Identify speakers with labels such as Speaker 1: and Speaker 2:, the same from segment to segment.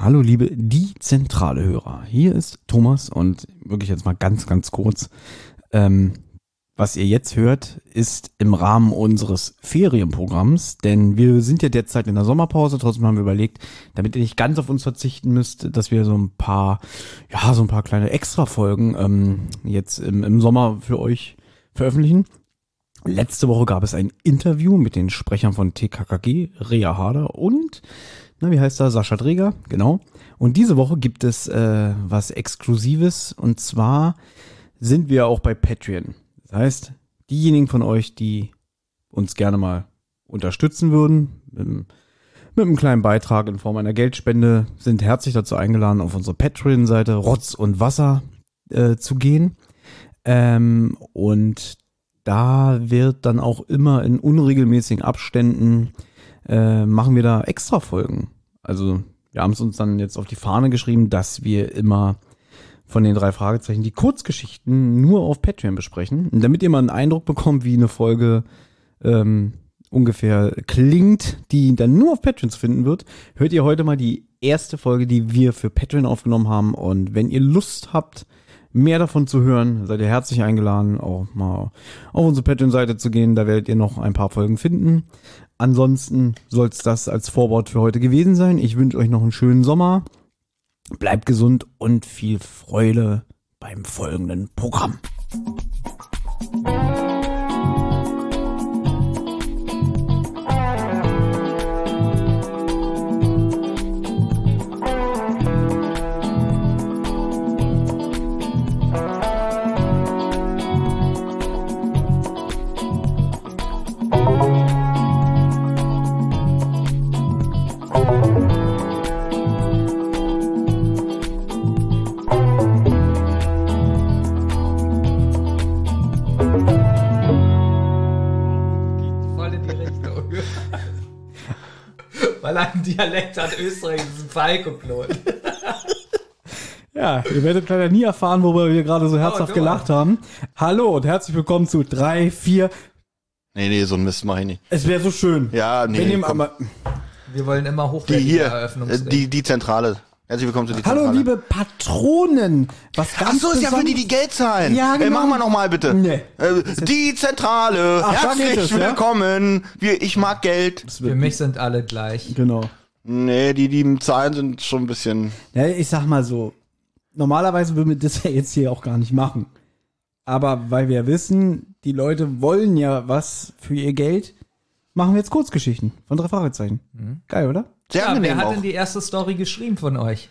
Speaker 1: Hallo liebe die zentrale Hörer, hier ist Thomas und wirklich jetzt mal ganz, ganz kurz. Was ihr jetzt hört, ist im Rahmen unseres Ferienprogramms, denn wir sind ja derzeit in der Sommerpause, trotzdem haben wir überlegt, damit ihr nicht ganz auf uns verzichten müsst, dass wir so ein paar kleine Extra-Folgen jetzt im Sommer für euch veröffentlichen. Letzte Woche gab es ein Interview mit den Sprechern von TKKG, Rea Harder und, wie heißt er, Sascha Dreger, genau. Und diese Woche gibt es was Exklusives und zwar sind wir auch bei Patreon. Das heißt, diejenigen von euch, die uns gerne mal unterstützen würden, mit einem kleinen Beitrag in Form einer Geldspende, sind herzlich dazu eingeladen, auf unsere Patreon-Seite Rotz und Wasser zu gehen. Und da wird dann auch immer in unregelmäßigen Abständen machen wir da extra Folgen. Also wir haben es uns dann jetzt auf die Fahne geschrieben, dass wir immer von den 3 Fragezeichen die Kurzgeschichten nur auf Patreon besprechen. Und damit ihr mal einen Eindruck bekommt, wie eine Folge ungefähr klingt, die dann nur auf Patreon zu finden wird, hört ihr heute mal die erste Folge, die wir für Patreon aufgenommen haben. Und wenn ihr Lust habt, mehr davon zu hören, seid ihr herzlich eingeladen, auch mal auf unsere Patreon-Seite zu gehen. Da werdet ihr noch ein paar Folgen finden. Ansonsten soll es das als Vorwort für heute gewesen sein. Ich wünsche euch noch einen schönen Sommer. Bleibt gesund und viel Freude beim folgenden Programm.
Speaker 2: Weil er einen Dialekt hat, Österreich ist ein Falco-Klon.
Speaker 1: Ja, ihr werdet leider nie erfahren, worüber wir gerade so herzhaft gelacht haben. Hallo und herzlich willkommen zu 3, 4.
Speaker 3: Nee, so ein Mist mach ich nicht.
Speaker 1: Es wäre so schön.
Speaker 3: Ja, nee.
Speaker 2: Wir wollen immer hochwertige
Speaker 3: Eröffnungsreden. Die Zentrale. Herzlich willkommen zu die Zentrale.
Speaker 1: Hallo liebe Patronen. Was ganz
Speaker 3: Ach so, ist ja für die Geld zahlen.
Speaker 1: Ja, genau.
Speaker 3: Machen wir nochmal bitte.
Speaker 1: Nee.
Speaker 3: Die Zentrale.
Speaker 1: Ach,
Speaker 3: herzlich willkommen. Ich mag Geld.
Speaker 2: Für mich sind alle gleich.
Speaker 1: Genau.
Speaker 3: Nee, die Zahlen sind schon ein bisschen...
Speaker 1: Ja, ich sag mal so, normalerweise würden wir das ja jetzt hier auch gar nicht machen. Aber weil wir wissen, die Leute wollen ja was für ihr Geld, machen wir jetzt Kurzgeschichten von 3 Fragezeichen. Mhm. Geil, oder?
Speaker 3: Sehr
Speaker 2: ja,
Speaker 3: angenehm
Speaker 2: wer hat
Speaker 3: auch.
Speaker 2: denn die erste Story geschrieben von euch?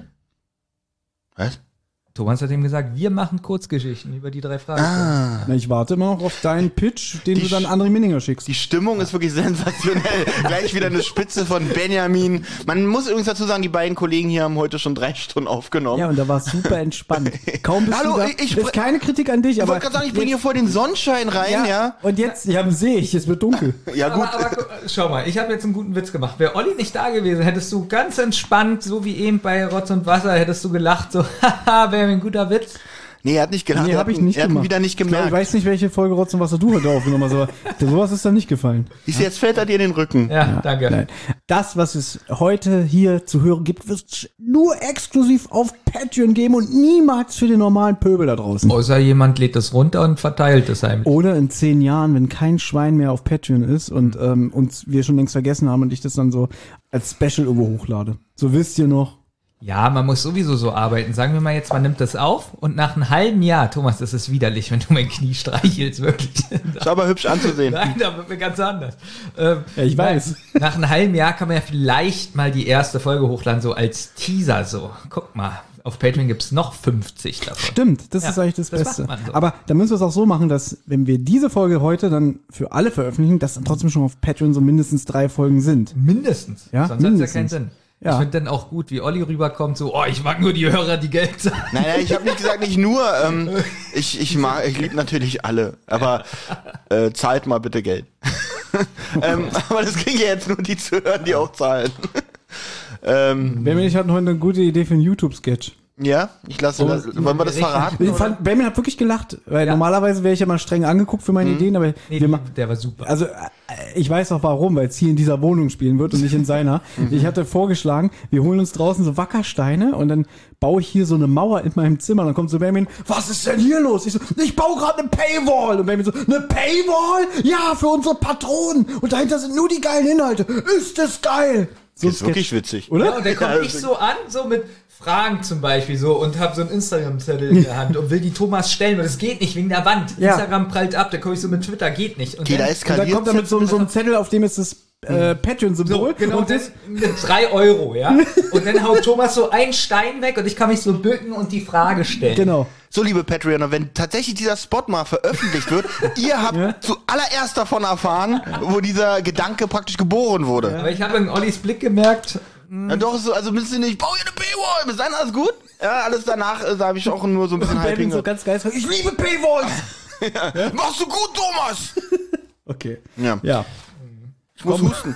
Speaker 3: Was?
Speaker 2: Thomas hat ihm gesagt, wir machen Kurzgeschichten über die 3 Fragezeichen.
Speaker 1: Na, ich warte immer noch auf deinen Pitch, den du dann André Minninger schickst.
Speaker 3: Die Stimmung ist wirklich sensationell. Gleich wieder eine Spitze von Benjamin. Man muss übrigens dazu sagen, die beiden Kollegen hier haben heute schon 3 Stunden aufgenommen.
Speaker 1: Ja, und da war es super entspannt. Kaum bist
Speaker 3: Hallo,
Speaker 1: du da.
Speaker 3: ich
Speaker 1: Das ist keine Kritik an dich,
Speaker 3: Ich
Speaker 1: aber...
Speaker 3: wollte gerade sagen, ich bringe hier vor den Sonnenschein rein, ja.
Speaker 1: Und jetzt, sehe ich, es wird dunkel.
Speaker 3: Ja, gut.
Speaker 2: Aber schau mal, ich habe jetzt einen guten Witz gemacht. Wäre Olli nicht da gewesen, hättest du ganz entspannt, so wie eben bei Rotz und Wasser, hättest du gelacht, so, haha, wäre ein guter Witz.
Speaker 3: Nee, er hat nicht gelacht.
Speaker 1: Nee, hab ich nicht
Speaker 3: er hat ihn
Speaker 1: gemacht.
Speaker 3: wieder nicht gemerkt.
Speaker 1: Ich weiß nicht, welche Folge Rotz und Wasser du heute aufgenommen hast, aber sowas ist da nicht gefallen.
Speaker 3: Siehst du, jetzt fällt er dir in den Rücken.
Speaker 2: Ja, danke.
Speaker 1: Nein. Das, was es heute hier zu hören gibt, wird es nur exklusiv auf Patreon geben und niemals für den normalen Pöbel da draußen.
Speaker 2: Außer jemand lädt es runter und verteilt es heimlich.
Speaker 1: Oder in 10 Jahren, wenn kein Schwein mehr auf Patreon ist und uns wir schon längst vergessen haben und ich das dann so als Special irgendwo hochlade. So wisst ihr noch.
Speaker 2: Ja, man muss sowieso so arbeiten. Sagen wir mal jetzt, man nimmt das auf und nach einem halben Jahr, Thomas, das ist widerlich, wenn du mein Knie streichelst, wirklich.
Speaker 3: Ist aber hübsch anzusehen.
Speaker 2: Nein, da wird mir ganz anders.
Speaker 1: Ja, ich weiß.
Speaker 2: Nach einem halben Jahr kann man ja vielleicht mal die erste Folge hochladen, so als Teaser so. Guck mal, auf Patreon gibt's noch 50 davon.
Speaker 1: Stimmt, das
Speaker 2: Ja,
Speaker 1: ist eigentlich das Beste.
Speaker 2: macht man so.
Speaker 1: Aber da müssen wir es auch so machen, dass wenn wir diese Folge heute dann für alle veröffentlichen, dass dann trotzdem schon auf Patreon so mindestens 3 Folgen sind.
Speaker 2: Mindestens.
Speaker 1: Ja,
Speaker 2: Sonst
Speaker 1: mindestens.
Speaker 2: hat's ja keinen Sinn.
Speaker 1: Ja.
Speaker 2: Ich finde dann auch gut, wie Olli rüberkommt, so, oh, ich mag nur die Hörer, die Geld zahlen.
Speaker 3: Nein, ich habe nicht gesagt, nicht nur. Ich liebe natürlich alle. Aber zahlt mal bitte Geld. Aber das kriegen ja jetzt nur die zu hören, die auch zahlen.
Speaker 1: Wer mir nicht hat heute eine gute Idee für einen YouTube-Sketch.
Speaker 3: Ja, ich lasse das. Wollen wir das verraten?
Speaker 1: Benjamin hat wirklich gelacht, weil normalerweise wäre ich ja mal streng angeguckt für meine Ideen, aber
Speaker 2: der war super.
Speaker 1: also ich weiß auch warum, weil es hier in dieser Wohnung spielen wird und nicht in seiner. Ich hatte vorgeschlagen, wir holen uns draußen so Wackersteine und dann baue ich hier so eine Mauer in meinem Zimmer und dann kommt so Benjamin, was ist denn hier los? Ich so, ich baue gerade eine Paywall und Benjamin so, eine Paywall? Ja, für unsere Patronen und dahinter sind nur die geilen Inhalte. Ist das geil? So
Speaker 3: Das ist wirklich witzig.
Speaker 1: oder?
Speaker 2: Ja, und dann komme ich so an, so mit Fragen zum Beispiel so und habe so einen Instagram-Zettel in der Hand und will die Thomas stellen, weil das geht nicht wegen der Wand.
Speaker 1: Ja.
Speaker 2: Instagram prallt ab, da komme ich so mit Twitter, geht nicht. Und
Speaker 3: Okay, da
Speaker 2: dann,
Speaker 1: Und dann
Speaker 3: eskaliert
Speaker 1: kommt er mit so einem Zettel, auf dem ist das Patreon-Symbol.
Speaker 2: so, genau,
Speaker 1: und
Speaker 2: das mit 3 €, ja. Und dann haut Thomas so einen Stein weg und ich kann mich so bücken und die Frage stellen.
Speaker 1: Genau.
Speaker 3: So, liebe Patreoner, wenn tatsächlich dieser Spot mal veröffentlicht wird, ihr habt zuallererst davon erfahren, wo dieser Gedanke praktisch geboren wurde.
Speaker 2: Aber ich habe in Ollis Blick gemerkt,
Speaker 3: Ja, doch, so, also müsst ihr nicht, ich baue hier eine Paywall, bis dahin alles gut? Ja, alles danach, da habe ich auch nur so ein bisschen
Speaker 1: Benjamin so
Speaker 3: Hyping.
Speaker 1: ganz geil, ich liebe Paywalls!
Speaker 3: Machst du gut, Thomas!
Speaker 1: Okay.
Speaker 3: Ja,
Speaker 1: Ja.
Speaker 3: ich muss husten.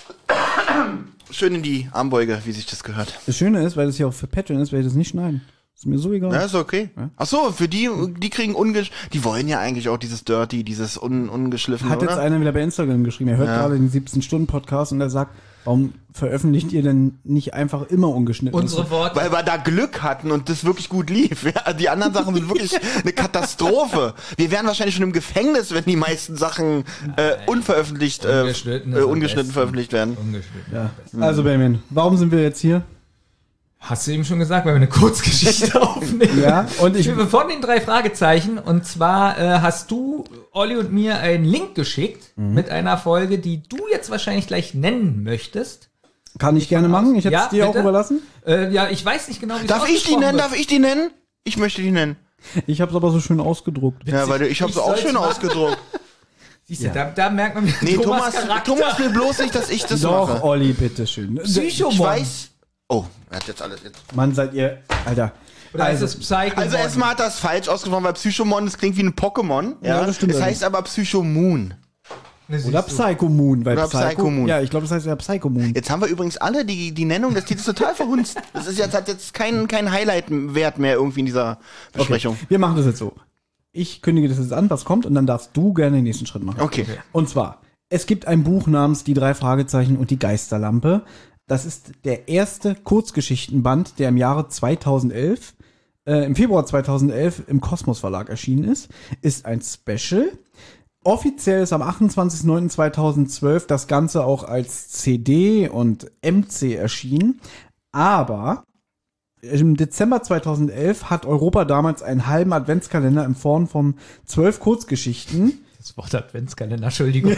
Speaker 3: Schön in die Armbeuge, wie sich das gehört.
Speaker 1: Das Schöne ist, weil das hier auch für Patreon ist, werde ich das nicht schneiden. Ist mir so egal.
Speaker 3: Ja, ist okay. Ach so, für die kriegen die wollen ja eigentlich auch dieses Dirty, dieses ungeschliffene,
Speaker 1: Hat jetzt
Speaker 3: oder?
Speaker 1: einer wieder bei Instagram geschrieben, er hört gerade den 17-Stunden-Podcast und er sagt, warum veröffentlicht ihr denn nicht einfach immer ungeschnitten?
Speaker 2: unsere Worte.
Speaker 3: Weil wir da Glück hatten und das wirklich gut lief. Ja, die anderen Sachen sind wirklich eine Katastrophe. Wir wären wahrscheinlich schon im Gefängnis, wenn die meisten Sachen unveröffentlicht,
Speaker 2: Ungeschnitten ist am
Speaker 3: ungeschnitten
Speaker 2: besten.
Speaker 3: veröffentlicht werden.
Speaker 2: Ungeschnitten.
Speaker 1: Ja. Also Benjamin, warum sind wir jetzt hier?
Speaker 2: Hast du eben schon gesagt, weil wir eine Kurzgeschichte aufnehmen.
Speaker 1: Ja, und ich
Speaker 2: Von den 3 Fragezeichen. Und zwar hast du, Olli und mir einen Link geschickt mit einer Folge, die du jetzt wahrscheinlich gleich nennen möchtest.
Speaker 1: kann ich gerne machen, ich hätte es dir auch
Speaker 2: bitte?
Speaker 1: überlassen.
Speaker 2: Ja, ich weiß nicht genau, wie es
Speaker 3: Darf ich die
Speaker 2: ausgesprochen
Speaker 3: nennen?
Speaker 2: wird.
Speaker 3: Darf ich die nennen? Ich möchte die nennen.
Speaker 1: Ich habe es aber so schön ausgedruckt.
Speaker 3: Ja, weil ich habe
Speaker 2: Ich
Speaker 3: sie auch
Speaker 2: soll's
Speaker 3: schön
Speaker 2: machen.
Speaker 3: ausgedruckt.
Speaker 2: Siehst du, da merkt man, wie
Speaker 3: Nee,
Speaker 2: Thomas Charakter.
Speaker 3: Thomas will bloß nicht, dass ich das
Speaker 1: Doch,
Speaker 3: mache.
Speaker 1: Olli, bitteschön.
Speaker 2: Psychomon.
Speaker 3: Ich weiß. Oh, er hat jetzt alles.
Speaker 1: Mann, seid ihr, Alter.
Speaker 2: Oder ist es Psycho?
Speaker 3: Also erstmal hat das falsch ausgesprochen, weil Psychomon, das klingt wie ein Pokémon.
Speaker 1: Ja, das stimmt
Speaker 3: Es
Speaker 1: allerdings.
Speaker 3: heißt aber Psychomoon.
Speaker 1: Oder Psychomoon, weil
Speaker 3: Oder Psychomoon.
Speaker 1: Ja, ich glaube, das heißt ja Psychomoon.
Speaker 3: Jetzt haben wir übrigens alle die Nennung des Titels total verhunzt. Das ist jetzt, hat jetzt keinen Highlight-Wert mehr irgendwie in dieser Besprechung.
Speaker 1: Wir machen das jetzt so. Ich kündige das jetzt an, was kommt, und dann darfst du gerne den nächsten Schritt machen.
Speaker 3: Okay.
Speaker 1: Und zwar, es gibt ein Buch namens Die 3 Fragezeichen und die Geisterlampe. Das ist der erste Kurzgeschichtenband, der im Jahre 2011, im Februar 2011 im Kosmos Verlag erschienen ist ein Special. Offiziell ist am 28.09.2012 das Ganze auch als CD und MC erschienen. Aber im Dezember 2011 hat Europa damals einen halben Adventskalender in Form von 12 Kurzgeschichten.
Speaker 2: Das Wort Adventskalender, Entschuldigung.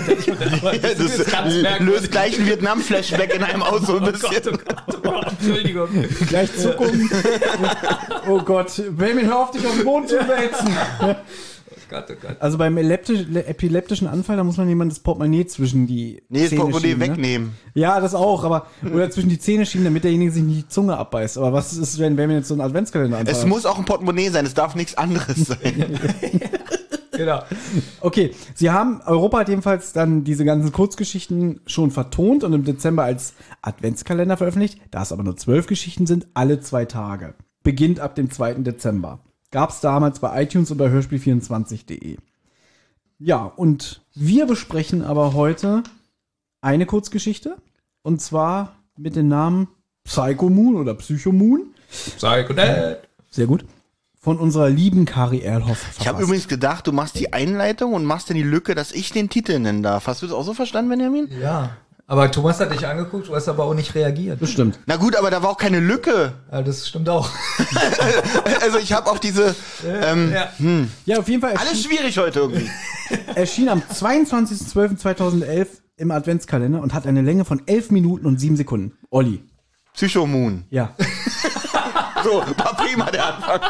Speaker 3: Das löst gleich ein Vietnam-Flashback in einem aus so ein bisschen.
Speaker 2: Entschuldigung.
Speaker 1: Gleich Zuckung. Oh Gott, Benjamin, hör auf, dich auf den Boden zu wälzen.
Speaker 2: Gott, oh Gott.
Speaker 1: Also beim epileptischen Anfall, da muss man jemand das Portemonnaie zwischen die
Speaker 3: Nee, das
Speaker 1: Zähne
Speaker 3: Portemonnaie
Speaker 1: schieben, ne?
Speaker 3: wegnehmen.
Speaker 1: Ja, das auch, aber oder zwischen die Zähne schieben, damit derjenige sich nicht die Zunge abbeißt. Aber was ist, wenn Benjamin jetzt so einen Adventskalender anfällt?
Speaker 3: Es muss auch ein Portemonnaie sein, es darf nichts anderes sein.
Speaker 2: Genau.
Speaker 1: Okay, Europa hat jedenfalls dann diese ganzen Kurzgeschichten schon vertont und im Dezember als Adventskalender veröffentlicht. Da es aber nur 12 Geschichten sind, alle 2 Tage. Beginnt ab dem 2. Dezember. Gab's damals bei iTunes und bei Hörspiel24.de. Ja, und wir besprechen aber heute eine Kurzgeschichte. Und zwar mit dem Namen Psychomoon oder Psychomoon.
Speaker 2: Psychodad.
Speaker 1: Sehr gut. Von unserer lieben Kari Erlhoff.
Speaker 3: Ich habe übrigens gedacht, du machst die Einleitung und machst dann die Lücke, dass ich den Titel nennen darf. Hast du das auch so verstanden, Benjamin?
Speaker 2: Ja. Aber Thomas hat dich angeguckt, du hast aber auch nicht reagiert.
Speaker 1: Bestimmt.
Speaker 3: Na gut, aber da war auch keine Lücke.
Speaker 2: Ja, das stimmt auch.
Speaker 3: Also ich habe auch diese...
Speaker 2: Ja.
Speaker 1: Ja, auf jeden Fall
Speaker 3: Alles schwierig heute irgendwie.
Speaker 1: erschien am 22.12.2011 im Adventskalender und hat eine Länge von 11 Minuten und 7 Sekunden. Olli.
Speaker 3: Psychomoon.
Speaker 1: Ja.
Speaker 3: So, war prima der Anfang.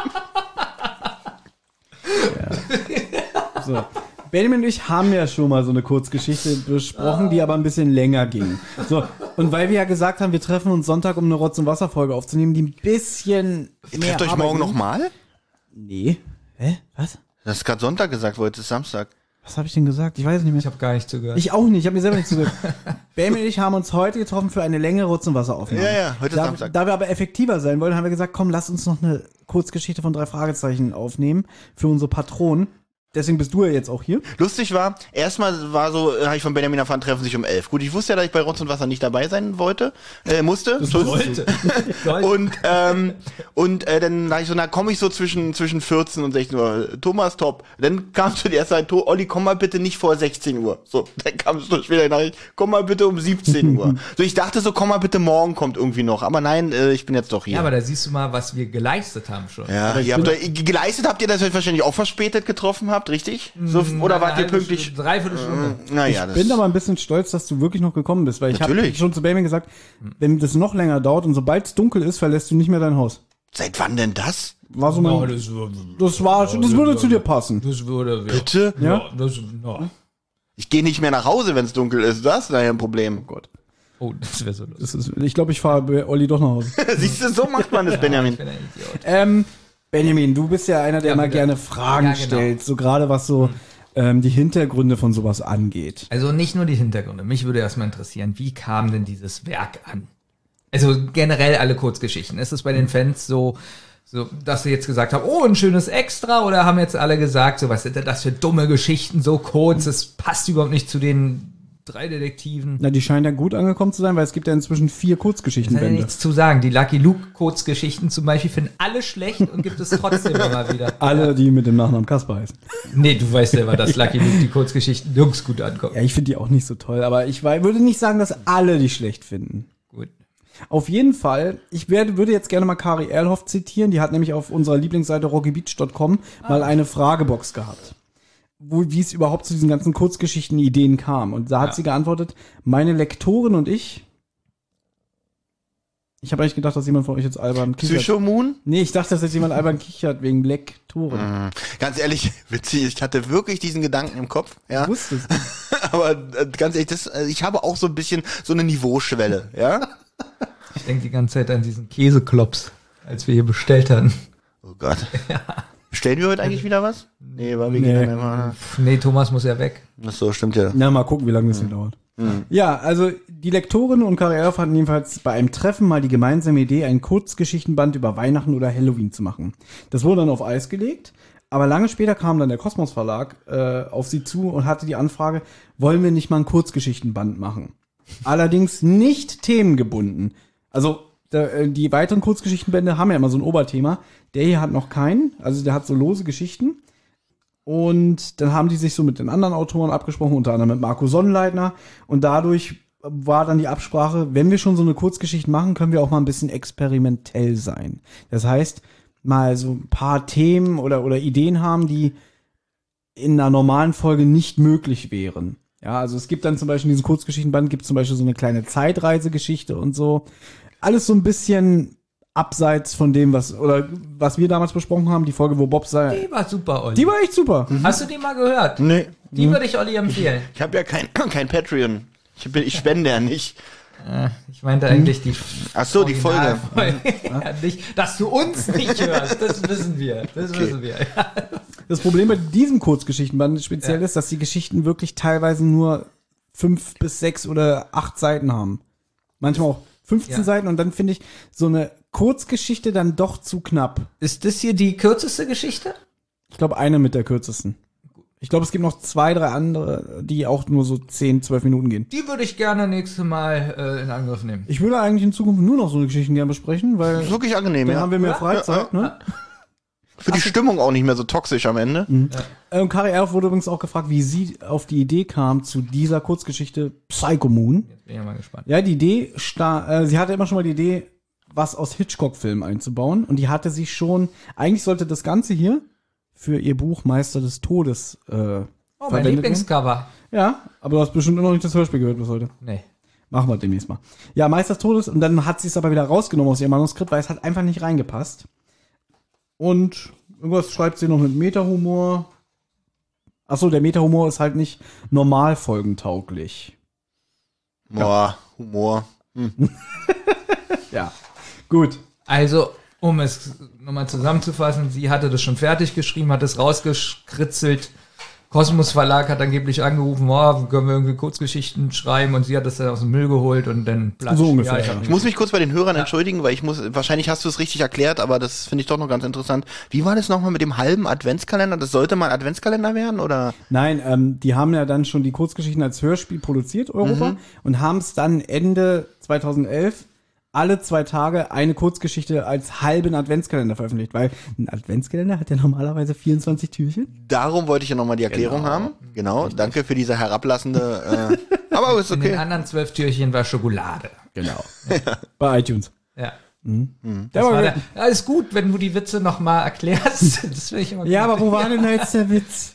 Speaker 1: So. Benjamin und ich haben ja schon mal so eine Kurzgeschichte besprochen, die aber ein bisschen länger ging. So. Und weil wir ja gesagt haben, wir treffen uns Sonntag, um eine Rotz- und Wasserfolge aufzunehmen, die ein bisschen mehr
Speaker 3: Trefft euch morgen nochmal?
Speaker 1: Nee. Hä? Was?
Speaker 3: Du hast gerade Sonntag gesagt, heute ist Samstag.
Speaker 1: Was habe ich denn gesagt? Ich weiß es nicht mehr.
Speaker 2: Ich habe gar nicht zugehört.
Speaker 1: Ich auch nicht, ich habe mir selber nicht zugehört. Bam und ich haben uns heute getroffen für eine längere Rotz- und Wasseraufnahme.
Speaker 3: Ja, heute ist Samstag.
Speaker 1: Da wir aber effektiver sein wollen, haben wir gesagt, komm, lass uns noch eine Kurzgeschichte von 3 Fragezeichen aufnehmen für unsere Patronen. Deswegen bist du ja jetzt auch hier.
Speaker 3: Lustig war, erstmal habe ich von Benjamin erfahren, treffen sich um 11. Gut, ich wusste ja, dass ich bei Rotz und Wasser nicht dabei sein musste.
Speaker 2: Sollte.
Speaker 3: Und dann dachte ich so, na komm ich so zwischen 14 und 16 Uhr. Thomas, top. Dann kamst du die erste Zeit, Olli, komm mal bitte nicht vor 16 Uhr. So, dann kamst du später Nachricht, komm mal bitte um 17 Uhr. So, ich dachte so, komm mal bitte morgen kommt irgendwie noch. Aber nein, ich bin jetzt doch hier.
Speaker 2: Ja, aber da siehst du mal, was wir geleistet haben schon.
Speaker 3: Ja, geleistet habt ihr das wahrscheinlich auch verspätet getroffen habt, richtig? So, oder wart ihr pünktlich?
Speaker 2: Dreiviertel Stunde.
Speaker 3: Naja,
Speaker 1: Ich bin aber ein bisschen stolz, dass du wirklich noch gekommen bist, weil ich habe
Speaker 3: Natürlich.
Speaker 1: schon zu Benjamin gesagt, wenn das noch länger dauert und sobald es dunkel ist, verlässt du nicht mehr dein Haus.
Speaker 3: Seit wann denn das?
Speaker 1: War so mein, das würde zu dir passen.
Speaker 2: Das würde
Speaker 3: Bitte?
Speaker 1: Ja?
Speaker 3: Ich gehe nicht mehr nach Hause, wenn es dunkel ist. Das ist daher ein Problem.
Speaker 1: Oh Gott.
Speaker 2: Oh, das wäre so lustig.
Speaker 1: Ich glaube, ich fahre bei Olli doch nach Hause.
Speaker 3: Siehst du, so macht man das, Benjamin.
Speaker 2: Ich bin ein Idiot.
Speaker 1: Benjamin, du bist ja einer, der
Speaker 2: Ja,
Speaker 1: mal
Speaker 2: bitte.
Speaker 1: gerne Fragen
Speaker 2: Ja, genau.
Speaker 1: stellt, so gerade was so die Hintergründe von sowas angeht.
Speaker 2: Also nicht nur die Hintergründe. Mich würde erstmal interessieren, wie kam denn dieses Werk an? Also generell alle Kurzgeschichten. Ist es bei den Fans so, dass sie jetzt gesagt haben, oh, ein schönes Extra, oder haben jetzt alle gesagt, so, was sind denn das für dumme Geschichten, so kurz, das passt überhaupt nicht zu den 3 Detektiven.
Speaker 1: Na, die scheinen ja gut angekommen zu sein, weil es gibt ja inzwischen 4
Speaker 2: Da kann ja
Speaker 1: Kurzgeschichtenbände.
Speaker 2: nichts zu sagen. Die Lucky Luke Kurzgeschichten zum Beispiel finden alle schlecht und gibt es trotzdem immer wieder.
Speaker 1: Alle, die mit dem Nachnamen Kasper heißen.
Speaker 2: Nee, du weißt selber, dass Lucky Luke die Kurzgeschichten nirgends gut ankommen.
Speaker 1: Ja, ich finde die auch nicht so toll, aber ich würde nicht sagen, dass alle die schlecht finden.
Speaker 2: Gut.
Speaker 1: Auf jeden Fall, würde jetzt gerne mal Kari Erlhoff zitieren, die hat nämlich auf unserer Lieblingsseite rockybeach.com mal eine Fragebox gehabt, wie es überhaupt zu diesen ganzen Kurzgeschichten-Ideen kam. Und da hat sie geantwortet, meine Lektorin und ich habe eigentlich gedacht, dass jemand von euch jetzt albern kichert.
Speaker 3: Psychomoon?
Speaker 1: Nee, ich dachte, dass jetzt jemand albern kichert wegen Lektoren.
Speaker 3: Ganz ehrlich, witzig, ich hatte wirklich diesen Gedanken im Kopf, ja.
Speaker 1: Ich wusste es.
Speaker 3: Aber ganz ehrlich, ich habe auch so ein bisschen so eine Niveauschwelle, ja.
Speaker 2: Ich denke die ganze Zeit an diesen Käseklops, als wir hier bestellt hatten.
Speaker 3: Oh Gott. Bestellen wir heute eigentlich wieder was? Nee, weil wir
Speaker 1: Nee.
Speaker 3: gehen dann immer.
Speaker 2: Nee, Thomas muss ja weg.
Speaker 3: Ach so, stimmt ja.
Speaker 1: Na, mal gucken, wie lange das hier dauert. Ja, also die Lektorin und Kari Erlhoff hatten jedenfalls bei einem Treffen mal die gemeinsame Idee, einen Kurzgeschichtenband über Weihnachten oder Halloween zu machen. Das wurde dann auf Eis gelegt, aber lange später kam dann der Kosmos Verlag auf sie zu und hatte die Anfrage, wollen wir nicht mal einen Kurzgeschichtenband machen? Allerdings nicht themengebunden. Also die weiteren Kurzgeschichtenbände haben ja immer so ein Oberthema. Der hier hat noch keinen, also der hat so lose Geschichten. Und dann haben die sich so mit den anderen Autoren abgesprochen, unter anderem mit Marco Sonnleitner. Und dadurch war dann die Absprache, wenn wir schon so eine Kurzgeschichte machen, können wir auch mal ein bisschen experimentell sein. Das heißt, mal so ein paar Themen oder Ideen haben, die in einer normalen Folge nicht möglich wären. Ja, also es gibt dann zum Beispiel in diesem Kurzgeschichtenband gibt es zum Beispiel so eine kleine Zeitreisegeschichte und so. Alles so ein bisschen abseits von dem, was wir damals besprochen haben, die Folge, wo Bob sei.
Speaker 2: Die war super, Olli.
Speaker 1: Die war echt super.
Speaker 2: Hast du die mal gehört?
Speaker 3: Nee.
Speaker 2: Die würde ich Olli empfehlen.
Speaker 3: Ich habe ja kein Patreon. Ich spende ja nicht.
Speaker 2: Ich meinte eigentlich die
Speaker 3: Ach so, die Folge.
Speaker 2: Ja, nicht, dass du uns nicht hörst, das wissen wir. Das wissen wir.
Speaker 1: Das Problem bei diesem Kurzgeschichtenband speziell ist, dass die Geschichten wirklich teilweise nur 5 bis 6 oder 8 Seiten haben. Manchmal auch 15 Seiten und dann finde ich so eine Kurzgeschichte dann doch zu knapp.
Speaker 2: Ist das hier die kürzeste Geschichte?
Speaker 1: Ich glaube, eine mit der kürzesten. Ich glaube, es gibt noch 2, 3 andere, die auch nur so 10, 12 Minuten gehen.
Speaker 2: Die würde ich gerne nächstes Mal in Angriff nehmen.
Speaker 1: Ich würde eigentlich in Zukunft nur noch so eine Geschichten gerne besprechen, weil
Speaker 3: Wirklich angenehm,
Speaker 1: dann
Speaker 3: ja.
Speaker 1: haben wir mehr
Speaker 2: Ja,
Speaker 1: Freizeit, ne?
Speaker 3: Für die Stimmung auch nicht mehr so toxisch am Ende.
Speaker 1: Und Kari Erlhoff wurde übrigens auch gefragt, wie sie auf die Idee kam zu dieser Kurzgeschichte Psycho Moon.
Speaker 2: Jetzt bin ich mal gespannt.
Speaker 1: Ja, die Idee, sie hatte immer schon mal die Idee, was aus Hitchcock-Filmen einzubauen. Und die hatte sie schon, eigentlich sollte das Ganze hier für ihr Buch Meister des Todes
Speaker 2: Oh, mein
Speaker 1: verwendet werden.
Speaker 2: Lieblingscover.
Speaker 1: Ja, aber du hast bestimmt immer noch nicht das Hörspiel gehört bis heute.
Speaker 2: Nee.
Speaker 1: Machen wir demnächst mal. Ja, Meister des Todes. Und dann hat sie es aber wieder rausgenommen aus ihrem Manuskript, weil es hat einfach nicht reingepasst. Und irgendwas schreibt sie noch mit Meta-Humor. Achso, der Meta-Humor ist halt nicht normal folgentauglich.
Speaker 3: Boah, Humor.
Speaker 1: Ja, gut.
Speaker 2: Also, um es nochmal zusammenzufassen, sie hatte das schon fertig geschrieben, hat es rausgekritzelt, Kosmos Verlag hat angeblich angerufen, können wir irgendwie Kurzgeschichten schreiben, und sie hat das dann aus dem Müll geholt und dann platsch.
Speaker 1: So ungefähr, ja.
Speaker 3: Ich muss mich kurz bei den Hörern entschuldigen, weil wahrscheinlich hast du es richtig erklärt, aber das finde ich doch noch ganz interessant. Wie war das nochmal mit dem halben Adventskalender? Das sollte mal ein Adventskalender werden, oder?
Speaker 1: Nein, die haben ja dann schon die Kurzgeschichten als Hörspiel produziert, Europa, und haben es dann Ende 2011 alle 2 Tage eine Kurzgeschichte als halben Adventskalender veröffentlicht, weil ein Adventskalender hat ja normalerweise 24 Türchen.
Speaker 3: Darum wollte ich ja nochmal die Erklärung haben. Genau, danke für diese herablassende, aber ist
Speaker 2: In den
Speaker 3: okay.
Speaker 2: anderen 12 Türchen war Schokolade.
Speaker 1: Genau. Bei iTunes.
Speaker 2: Ja.
Speaker 1: Der war
Speaker 2: Ja, ist gut, wenn du die Witze nochmal erklärst. Das will ich immer
Speaker 1: ja,
Speaker 2: gut.
Speaker 1: aber wo war denn da jetzt der Witz?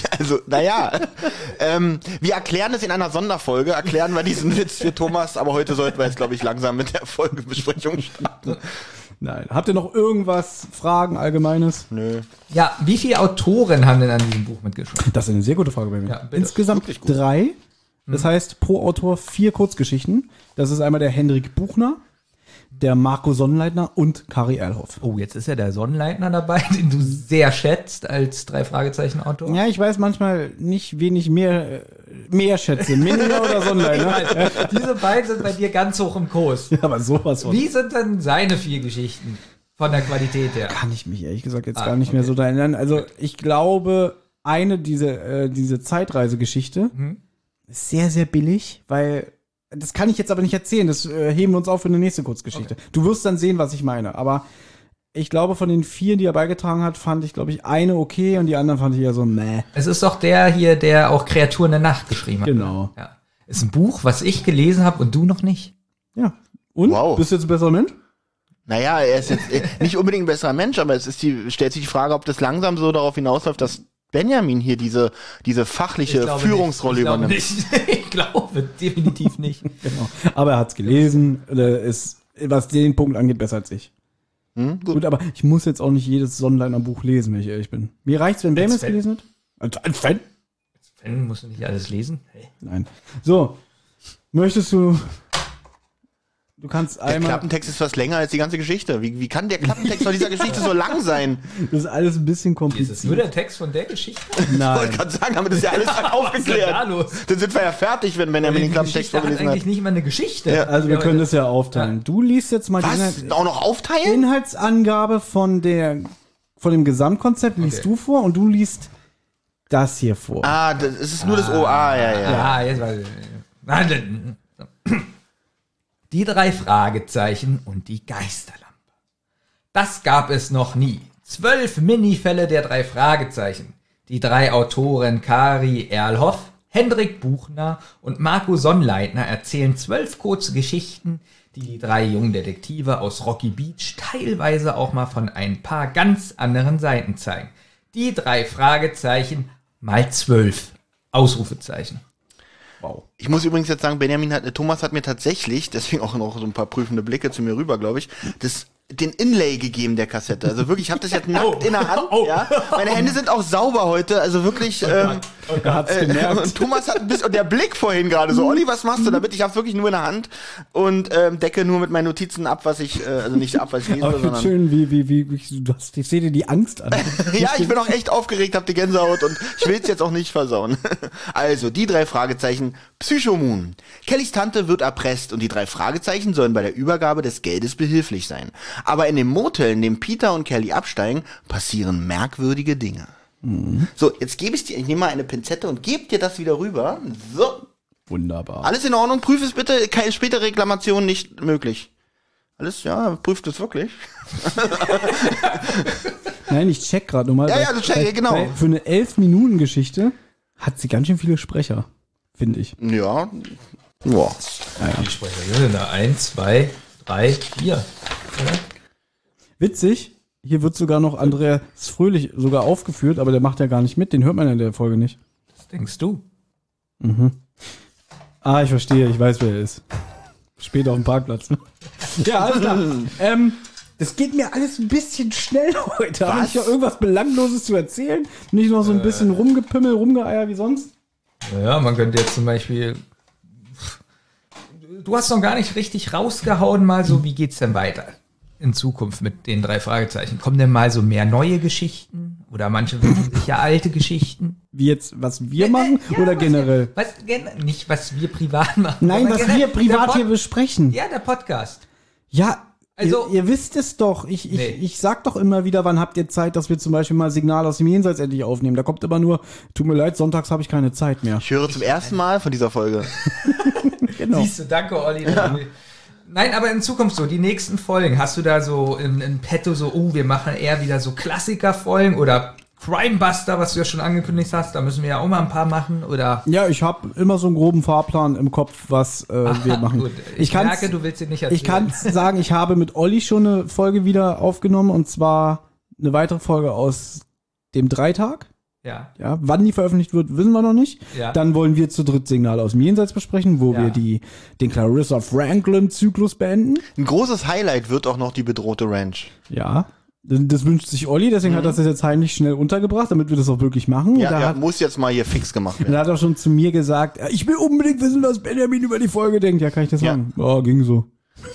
Speaker 3: Wir erklären es in einer Sonderfolge, erklären wir diesen Witz für Thomas, aber heute sollten wir jetzt, glaube ich, langsam mit der Folgebesprechung starten.
Speaker 1: Nein. Habt ihr noch irgendwas, Fragen, Allgemeines?
Speaker 3: Nö.
Speaker 2: Ja, wie viele Autoren haben denn an diesem Buch mitgeschrieben?
Speaker 1: Das ist eine sehr gute Frage bei mir.
Speaker 2: Ja, bitte.
Speaker 1: Insgesamt 3. Das heißt, pro Autor 4 Kurzgeschichten. Das ist einmal der Hendrik Buchner, der Marco Sonnleitner und Kari Erlhoff.
Speaker 2: Oh, jetzt ist ja der Sonnenleitner dabei, den du sehr schätzt als 3-Fragezeichen-Autor.
Speaker 1: Ja, ich weiß manchmal nicht, wen ich mehr schätze. Minder oder Sonnleitner.
Speaker 2: Diese beiden sind bei dir ganz hoch im Kurs.
Speaker 1: Ja, aber sowas von.
Speaker 2: Wie sind denn seine 4 Geschichten von der Qualität her?
Speaker 1: Kann ich mich ehrlich gesagt jetzt gar nicht mehr so da erinnern. Also ich glaube, diese Zeitreisegeschichte ist sehr, sehr billig, weil das kann ich jetzt aber nicht erzählen. Das heben wir uns auf für eine nächste Kurzgeschichte. Okay. Du wirst dann sehen, was ich meine. Aber ich glaube, von den 4, die er beigetragen hat, fand ich, glaube ich, eine okay und die anderen fand ich eher so meh.
Speaker 2: Es ist doch der hier, der auch Kreaturen der Nacht geschrieben hat.
Speaker 1: Genau.
Speaker 2: Ja. Ist ein Buch, was ich gelesen habe und du noch nicht.
Speaker 1: Ja. Und?
Speaker 3: Wow.
Speaker 1: Bist du jetzt ein besserer Mensch?
Speaker 3: Naja, er ist jetzt nicht unbedingt ein besserer Mensch, aber stellt sich die Frage, ob das langsam so darauf hinausläuft, dass Benjamin hier diese fachliche Führungsrolle übernimmt.
Speaker 2: Ich glaube definitiv nicht.
Speaker 1: Genau. Aber er hat's gelesen, ist, was den Punkt angeht, besser als ich. Gut, aber ich muss jetzt auch nicht jedes Sonnenleitner-Buch lesen, wenn ich ehrlich bin. Mir reicht's, wenn Benjamin es gelesen hat. Als Fan?
Speaker 2: Als Fan musst du nicht alles lesen? Hey.
Speaker 1: Nein. So, möchtest du... Du kannst
Speaker 3: Der
Speaker 1: einmal...
Speaker 3: Klappentext ist fast länger als die ganze Geschichte. Wie kann der Klappentext von dieser Geschichte so lang sein?
Speaker 1: Das ist alles ein bisschen
Speaker 2: Ist
Speaker 1: kompliziert.
Speaker 2: es nur der Text von der Geschichte?
Speaker 3: Ich wollte
Speaker 1: Nein.
Speaker 3: gerade sagen, haben wir das ja alles dann aufgeklärt.
Speaker 2: da los?
Speaker 3: Dann sind wir ja fertig, wenn Benjamin den
Speaker 2: Die
Speaker 3: Klappentext
Speaker 2: Geschichte hat
Speaker 3: vorgelesen
Speaker 2: eigentlich
Speaker 3: hat.
Speaker 2: nicht mal eine Geschichte.
Speaker 3: Ja,
Speaker 1: Also wir können das ja aufteilen. Du liest jetzt mal
Speaker 3: Was?
Speaker 1: die
Speaker 3: Auch noch aufteilen?
Speaker 1: Inhaltsangabe von dem Gesamtkonzept liest
Speaker 2: Okay.
Speaker 1: du vor und du liest das hier vor.
Speaker 3: Es ist nur das OA, ja.
Speaker 2: Ja, jetzt war Nein, die 3 Fragezeichen und die Geisterlampe. Das gab es noch nie. 12 Minifälle der 3 Fragezeichen. Die 3 Autoren Kari Erlhoff, Hendrik Buchner und Marco Sonnleitner erzählen 12 kurze Geschichten, die 3 jungen Detektive aus Rocky Beach teilweise auch mal von ein paar ganz anderen Seiten zeigen. Die 3 Fragezeichen mal 12 Ausrufezeichen.
Speaker 1: Wow.
Speaker 3: Ich muss übrigens jetzt sagen, Thomas hat mir tatsächlich, deswegen auch noch so ein paar prüfende Blicke zu mir rüber, glaube ich, den Inlay gegeben der Kassette. Also wirklich, ich habe das jetzt nackt in der Hand. Ja? Meine Hände sind auch sauber heute, also wirklich.
Speaker 1: Er hat's gemerkt.
Speaker 3: Und Thomas hat und der Blick vorhin gerade so, Olli, was machst du damit? Ich hab's wirklich nur in der Hand und decke nur mit meinen Notizen ab, was ich, also nicht ab, was ich lese,
Speaker 1: Aber
Speaker 3: sondern.
Speaker 1: schön, ich sehe dir die Angst an.
Speaker 3: Ja, ich bin auch echt aufgeregt, hab die Gänsehaut und ich will's jetzt auch nicht versauen. Also, die 3 Fragezeichen, Psychomoon. Kellys Tante wird erpresst und die 3 Fragezeichen sollen bei der Übergabe des Geldes behilflich sein. Aber in dem Motel, in dem Peter und Kelly absteigen, passieren merkwürdige Dinge. So, jetzt gebe ich dir, ich nehme mal eine Pinzette und gebe dir das wieder rüber. So.
Speaker 1: Wunderbar.
Speaker 3: Alles in Ordnung, prüf es bitte, keine spätere Reklamation nicht möglich. Alles, ja, prüft es wirklich.
Speaker 1: Nein, ich check gerade nochmal.
Speaker 3: Ja, du check, genau.
Speaker 1: Weil für eine 11-Minuten-Geschichte hat sie ganz schön viele Sprecher, finde ich.
Speaker 3: Ja. Boah.
Speaker 2: Die Sprecher sind da 1, 2, 3, 4.
Speaker 1: Witzig, hier wird sogar noch Andreas Fröhlich sogar aufgeführt, aber der macht ja gar nicht mit, den hört man ja in der Folge nicht.
Speaker 2: Was denkst du?
Speaker 1: Ah, ich verstehe, ich weiß, wer er ist. Später auf dem Parkplatz. Ja, alles klar. Das geht mir alles ein bisschen schnell heute. Habe ich ja irgendwas Belangloses zu erzählen? Nicht noch so ein bisschen rumgeeier wie sonst?
Speaker 2: Ja, man könnte jetzt zum Beispiel. Du hast noch gar nicht richtig rausgehauen, mal so, wie geht's denn weiter in Zukunft mit den 3 Fragezeichen? Kommen denn mal so mehr neue Geschichten? Oder manche wünschen sich ja alte Geschichten?
Speaker 1: Wie jetzt, was wir machen oder generell?
Speaker 2: Nicht, was wir privat machen.
Speaker 1: Nein,
Speaker 2: sondern
Speaker 1: was
Speaker 2: generell
Speaker 1: wir privat
Speaker 2: der
Speaker 1: hier besprechen.
Speaker 2: Ja, der Podcast.
Speaker 1: Ja,
Speaker 2: Also-
Speaker 1: ihr wisst es doch. Ich sag doch immer wieder, wann habt ihr Zeit, dass wir zum Beispiel mal Signal aus dem Jenseits endlich aufnehmen. Da kommt immer nur, tut mir leid, sonntags habe ich keine Zeit mehr.
Speaker 3: Ich höre zum ersten Mal von dieser Folge.
Speaker 1: Genau.
Speaker 2: Siehst du, danke, Olli. Nein, aber in Zukunft so, die nächsten Folgen, hast du da so in petto so, wir machen eher wieder so Klassiker-Folgen oder Crimebuster, was du ja schon angekündigt hast, da müssen wir ja auch mal ein paar machen, oder?
Speaker 1: Ja, ich habe immer so einen groben Fahrplan im Kopf, was wir machen.
Speaker 2: Gut.
Speaker 1: Ich
Speaker 2: merke, du willst ihn nicht erzählen.
Speaker 1: Ich kann sagen, ich habe mit Olli schon eine Folge wieder aufgenommen, und zwar eine weitere Folge aus dem Dreitag.
Speaker 2: Ja.
Speaker 1: Ja, wann die veröffentlicht wird, wissen wir noch nicht.
Speaker 2: Ja.
Speaker 1: Dann wollen wir zu dritt Signal aus dem Jenseits besprechen, wo
Speaker 2: Ja.
Speaker 1: wir den Clarissa Franklin-Zyklus beenden.
Speaker 3: Ein großes Highlight wird auch noch die bedrohte Ranch.
Speaker 1: Ja, das wünscht sich Olli, deswegen hat er das jetzt heimlich schnell untergebracht, damit wir das auch wirklich machen.
Speaker 3: Ja,
Speaker 1: Und da
Speaker 3: ja,
Speaker 1: hat,
Speaker 3: muss jetzt mal hier fix gemacht werden.
Speaker 1: er hat auch schon zu mir gesagt, ich will unbedingt wissen, was Benjamin über die Folge denkt. Ja, kann ich das
Speaker 3: Ja.
Speaker 1: sagen? Ja, ging so.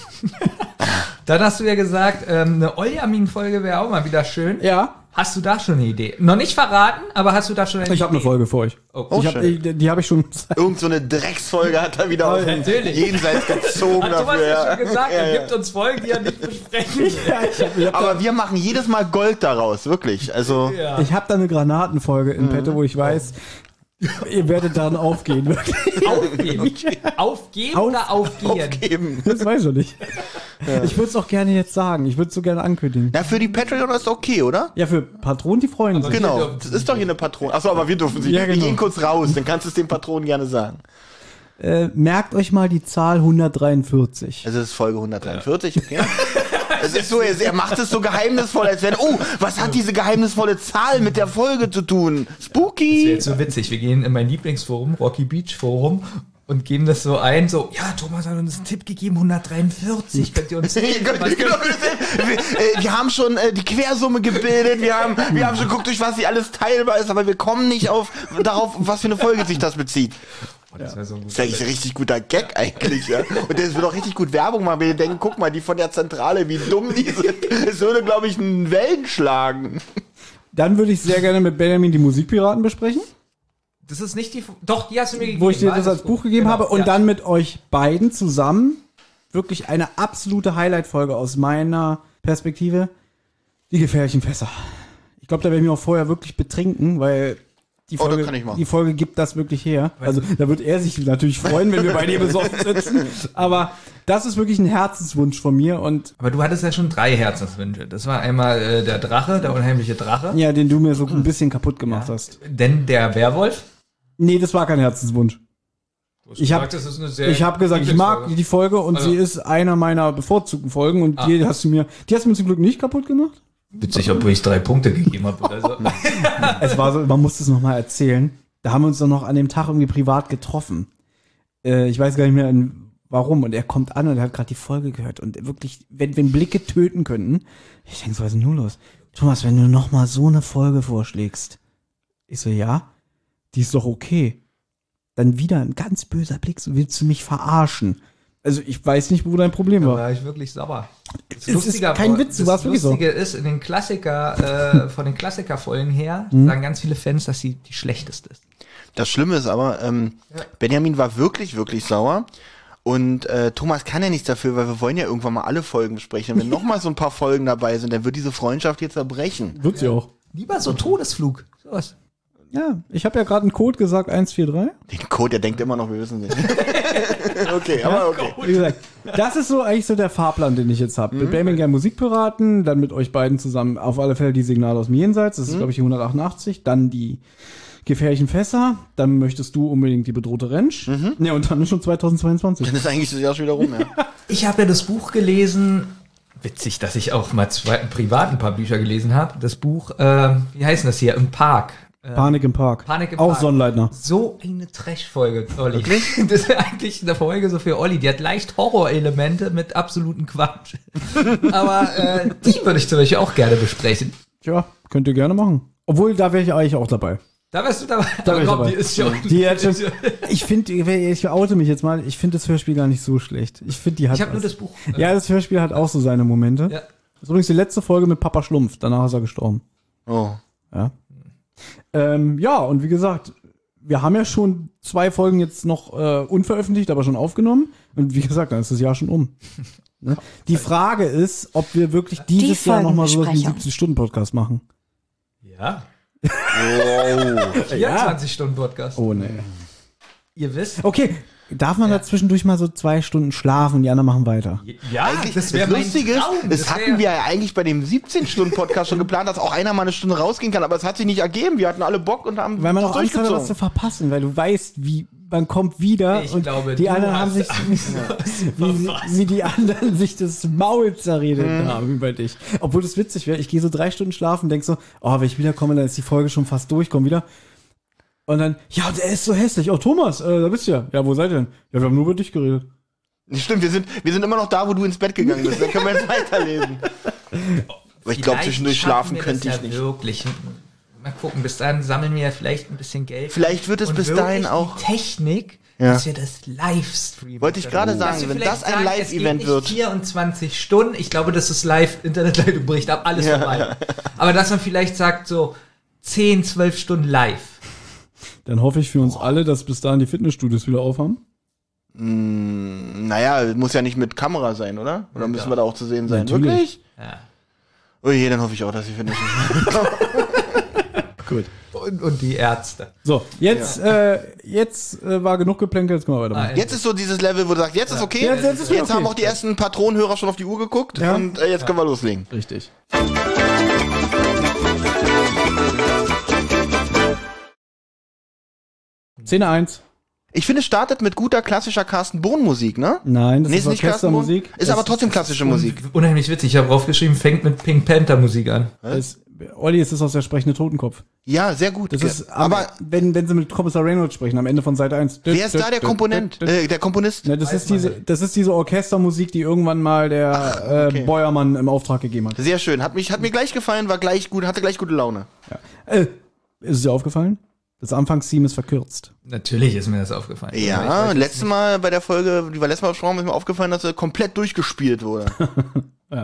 Speaker 2: Dann hast du ja gesagt, eine Oljamin-Folge wäre auch mal wieder schön.
Speaker 1: Ja,
Speaker 2: Hast du da schon eine Idee? Noch nicht verraten, aber hast du da schon eine
Speaker 1: ich habe eine
Speaker 2: Idee?
Speaker 1: Folge für euch.
Speaker 3: Oh,
Speaker 1: Die habe ich schon.
Speaker 3: Irgend so eine Drecksfolge hat er wieder auf den
Speaker 2: natürlich.
Speaker 3: Jenseits gezogen
Speaker 2: Hat Thomas
Speaker 3: dafür.
Speaker 2: ja schon gesagt,
Speaker 3: Ja,
Speaker 2: er
Speaker 3: ja.
Speaker 2: gibt uns Folgen, die er nicht besprechen will.
Speaker 3: Aber wir machen jedes Mal Gold daraus, wirklich. Also,
Speaker 2: Ja.
Speaker 1: Ich habe da eine Granatenfolge in petto, wo ich weiß, ihr werdet daran aufgehen. Wirklich.
Speaker 2: Aufgeben. Aufgeben oder aufgehen?
Speaker 3: eben.
Speaker 1: Das weiß ich noch nicht. Ich würde es auch gerne jetzt sagen. Ich würde es so gerne ankündigen.
Speaker 3: Na, für die Patreon ist okay, oder?
Speaker 1: Ja, für Patronen, die freuen sich.
Speaker 3: Genau.
Speaker 2: dürfen
Speaker 3: Das ist doch hier eine Patron. Achso, aber wir dürfen sie.
Speaker 1: Ja,
Speaker 3: Wir
Speaker 1: genau.
Speaker 3: gehen kurz raus, dann kannst du es den Patronen gerne sagen.
Speaker 1: Merkt euch mal die Zahl 143.
Speaker 3: Es ist Folge 143, okay? Es ist so, er macht es so geheimnisvoll, als wenn, was hat diese geheimnisvolle Zahl mit der Folge zu tun?
Speaker 2: Das wäre
Speaker 3: Spooky!
Speaker 2: jetzt so witzig. Wir gehen in mein Lieblingsforum, Rocky Beach Forum, und geben das so ein, so, ja, Thomas hat uns einen Tipp gegeben, 143, könnt ihr uns
Speaker 3: Genau, wir haben schon die Quersumme gebildet, wir haben schon geguckt, durch was sie alles teilbar ist, aber wir kommen nicht darauf, was für eine Folge sich das bezieht.
Speaker 2: Das wäre so ein
Speaker 3: Das ist eigentlich ein richtig guter Gag eigentlich, ja. Und das wird auch richtig gut Werbung machen, wenn ihr denkt, guck mal, die von der Zentrale, wie dumm die sind. Es würde, glaube ich, einen Wellen schlagen.
Speaker 1: Dann würde ich sehr gerne mit Benjamin die Musikpiraten besprechen,
Speaker 2: Das ist nicht die, doch, die hast du mir gegeben.
Speaker 1: wo ich dir
Speaker 2: war
Speaker 1: das als Buch gegeben
Speaker 2: Genau,
Speaker 1: habe, und
Speaker 2: ja.
Speaker 1: dann mit euch beiden zusammen wirklich eine absolute Highlight-Folge aus meiner Perspektive, die gefährlichen Fässer. Ich glaube, da werde ich mich auch vorher wirklich betrinken, weil die
Speaker 3: Oh, das
Speaker 1: Folge,
Speaker 3: kann ich machen.
Speaker 1: die Folge gibt das wirklich her. Also da wird er sich natürlich freuen, wenn wir beide hier besoffen sitzen. Aber das ist wirklich ein Herzenswunsch von mir, und
Speaker 2: Aber du hattest ja schon 3 Herzenswünsche. Das war einmal der Drache, der unheimliche Drache.
Speaker 1: ja, den du mir so ein bisschen kaputt gemacht hast.
Speaker 2: Denn der Werwolf.
Speaker 1: Nee, das war kein Herzenswunsch. Ich hab-
Speaker 2: das ist eine sehr
Speaker 1: Ich habe gesagt, ich mag die Folge, und
Speaker 2: Also-
Speaker 1: sie ist einer meiner bevorzugten Folgen, und die hast du mir zum Glück nicht kaputt gemacht.
Speaker 2: Witzig, obwohl ich 3 Punkte gegeben habe oder so.
Speaker 1: Es war so, man muss es nochmal erzählen. Da haben wir uns doch noch an dem Tag irgendwie privat getroffen. Ich weiß gar nicht mehr warum, und er kommt an und er hat gerade die Folge gehört, und wirklich, wenn Blicke töten könnten, ich denke so, was ist denn nun los? Thomas, wenn du nochmal so eine Folge vorschlägst. Ich so, ja, die ist doch okay. Dann wieder ein ganz böser Blick, so willst du mich verarschen. Also ich weiß nicht, wo dein Problem
Speaker 2: Da
Speaker 1: war.
Speaker 2: war ich wirklich sauer. Das
Speaker 1: Es ist kein Witz, du warst wirklich so.
Speaker 2: Das Lustige ist, in den von den Klassikerfolgen her,
Speaker 1: Mhm.
Speaker 2: sagen ganz viele Fans, dass sie die schlechteste ist.
Speaker 3: Das Schlimme ist aber, Benjamin war wirklich, wirklich sauer. Und Thomas kann ja nichts dafür, weil wir wollen ja irgendwann mal alle Folgen besprechen. Und wenn noch mal so ein paar Folgen dabei sind, dann wird diese Freundschaft hier zerbrechen.
Speaker 1: Wird sie auch.
Speaker 2: Lieber so Todesflug. Sowas.
Speaker 1: Ja, ich habe ja gerade einen Code gesagt, 143.
Speaker 3: Den Code, der denkt immer noch, wir wissen nicht. Okay, aber okay.
Speaker 1: Wie gesagt, das ist so eigentlich so der Fahrplan, den ich jetzt habe. Mit Birmingham Musikpiraten, dann mit euch beiden zusammen auf alle Fälle die Signale aus dem Jenseits, das ist glaube ich die 188, dann die gefährlichen Fässer, dann möchtest du unbedingt die bedrohte Ranch. Ne, und dann ist schon 2022.
Speaker 3: Dann ist eigentlich das Jahr schon wieder rum, ja.
Speaker 2: Ich habe ja das Buch gelesen. Witzig, dass ich auch mal privat ein paar Bücher gelesen habe. Das Buch, wie heißt das hier? Im Park.
Speaker 1: Panik im Park.
Speaker 2: Panik im
Speaker 1: Auch
Speaker 2: Park.
Speaker 1: Sonnleitner.
Speaker 2: So eine Trash-Folge, Olli. Das ist eigentlich eine Folge so für Olli. Die hat leicht Horrorelemente mit absoluten Quatsch. Aber die würde ich zum Beispiel auch gerne besprechen.
Speaker 1: Tja, könnt ihr gerne machen. Obwohl, da wäre ich eigentlich auch dabei.
Speaker 2: Da wärst du dabei.
Speaker 1: Da wär ich dabei.
Speaker 2: Die ist schon.
Speaker 1: Die hat schon, ich finde, ich oute mich jetzt mal, ich finde das Hörspiel gar nicht so schlecht. Ich finde, die hat
Speaker 2: Ich habe nur
Speaker 1: was.
Speaker 2: das Buch.
Speaker 1: Ja, das Hörspiel hat auch so seine Momente.
Speaker 2: Ja.
Speaker 1: Das ist übrigens die letzte Folge mit Papa Schlumpf. Danach ist er gestorben.
Speaker 3: Oh.
Speaker 1: Ja. Ja, und wie gesagt, wir haben ja schon 2 Folgen jetzt noch unveröffentlicht, aber schon aufgenommen. Und wie gesagt, dann ist das Jahr schon um. Ne? Die Frage ist, ob wir wirklich dieses Jahr nochmal so einen 70-Stunden-Podcast machen.
Speaker 2: Ja.
Speaker 3: Wow.
Speaker 2: 24-Stunden-Podcast.
Speaker 1: Oh, nee.
Speaker 2: Ihr wisst.
Speaker 1: Okay, darf man da zwischendurch mal so 2 Stunden schlafen und die anderen machen weiter?
Speaker 2: Ja,
Speaker 3: Eigentlich,
Speaker 2: das
Speaker 3: das
Speaker 2: wäre mein
Speaker 3: Lustige ist,
Speaker 2: Traum.
Speaker 3: das hatten wir ja eigentlich bei dem 17-Stunden-Podcast schon geplant, dass auch einer mal eine Stunde rausgehen kann, aber es hat sich nicht ergeben. Wir hatten alle Bock und haben
Speaker 1: Weil man auch
Speaker 3: das
Speaker 1: Angst hatte, was zu verpassen, weil du weißt, wie man kommt wieder
Speaker 2: Ich
Speaker 1: und
Speaker 2: glaube,
Speaker 1: die
Speaker 2: du
Speaker 1: anderen haben
Speaker 2: hast
Speaker 1: sich, wie die anderen sich das Maul zerredet haben über dich. Obwohl das witzig wäre, ich gehe so 3 Stunden schlafen und denk so, oh, wenn ich wiederkomme, dann ist die Folge schon fast durch, komm wieder. Und dann, ja, der ist so hässlich. Oh, Thomas, da bist du ja. Ja, wo seid ihr denn? Ja, wir haben nur über dich geredet.
Speaker 3: Stimmt, wir sind immer noch da, wo du ins Bett gegangen bist. Dann können wir jetzt weiterlesen. Aber ich glaube,
Speaker 2: Vielleicht
Speaker 3: zwischendurch
Speaker 2: schaffen
Speaker 3: schlafen
Speaker 2: wir
Speaker 3: könnte
Speaker 2: das
Speaker 3: ich
Speaker 2: ja
Speaker 3: nicht.
Speaker 2: Wirklich. Mal gucken, bis dahin sammeln wir ja vielleicht ein bisschen Geld.
Speaker 3: Vielleicht wird es
Speaker 2: und
Speaker 3: bis
Speaker 2: wirklich
Speaker 3: dahin auch.
Speaker 2: die Technik,
Speaker 3: Ja.
Speaker 2: dass wir das Livestreamen.
Speaker 3: Wollte ich gerade
Speaker 2: können.
Speaker 3: sagen,
Speaker 2: Dass wir
Speaker 3: wenn
Speaker 2: vielleicht
Speaker 3: das ein
Speaker 2: sagen,
Speaker 3: Live-Event
Speaker 2: es geht
Speaker 3: wird.
Speaker 2: nicht 24 Stunden, ich glaube, das ist live, Internetleitung bricht ab, alles vorbei. Aber dass man vielleicht sagt, so 10, 12 Stunden live.
Speaker 1: Dann hoffe ich für uns alle, dass bis dahin die Fitnessstudios wieder aufhaben.
Speaker 3: Naja, muss ja nicht mit Kamera sein, oder? Oder müssen wir da auch zu sehen sein?
Speaker 1: Natürlich.
Speaker 3: Wirklich?
Speaker 2: Ja.
Speaker 3: Oh je, dann hoffe ich auch, dass sie finden.
Speaker 1: Gut.
Speaker 2: Und die Ärzte.
Speaker 1: So, jetzt war genug Geplänkel, jetzt können wir weitermachen.
Speaker 3: Jetzt ist so dieses Level, wo du sagst, jetzt ist okay.
Speaker 1: Jetzt ist wieder okay.
Speaker 3: Haben auch die ersten Patronenhörer schon auf die Uhr geguckt
Speaker 1: Ja.
Speaker 3: und jetzt können wir loslegen.
Speaker 1: Richtig. Szene 1.
Speaker 3: Ich finde, es startet mit guter klassischer Carsten Bohn Musik, ne?
Speaker 1: Nein, das
Speaker 3: Nee,
Speaker 1: ist
Speaker 3: ist nicht Carsten Bohn.
Speaker 1: Orchestermusik.
Speaker 3: Ist aber trotzdem klassische Musik.
Speaker 2: Unheimlich witzig, ich habe draufgeschrieben, fängt mit Pink Panther Musik an.
Speaker 1: Olli, es ist aus der sprechende Totenkopf.
Speaker 3: Ja, sehr gut.
Speaker 1: Das ist,
Speaker 3: aber
Speaker 1: wenn sie mit Kommissar Reynolds sprechen, am Ende von Seite 1.
Speaker 3: wer ist da der Komponist?
Speaker 1: Ne, das ist diese Orchestermusik, die irgendwann mal der
Speaker 3: okay.
Speaker 1: Beuermann im Auftrag gegeben hat.
Speaker 3: Sehr schön. Hat mir gleich gefallen, war gleich gut, hatte gleich gute Laune.
Speaker 1: Ist es dir aufgefallen? Das Anfangstheme ist verkürzt.
Speaker 2: Natürlich ist mir das aufgefallen.
Speaker 3: Ja, letztes Mal bei der Folge, die wir letztes Mal besprochen haben, ist mir aufgefallen, dass er komplett durchgespielt wurde.
Speaker 1: Ja.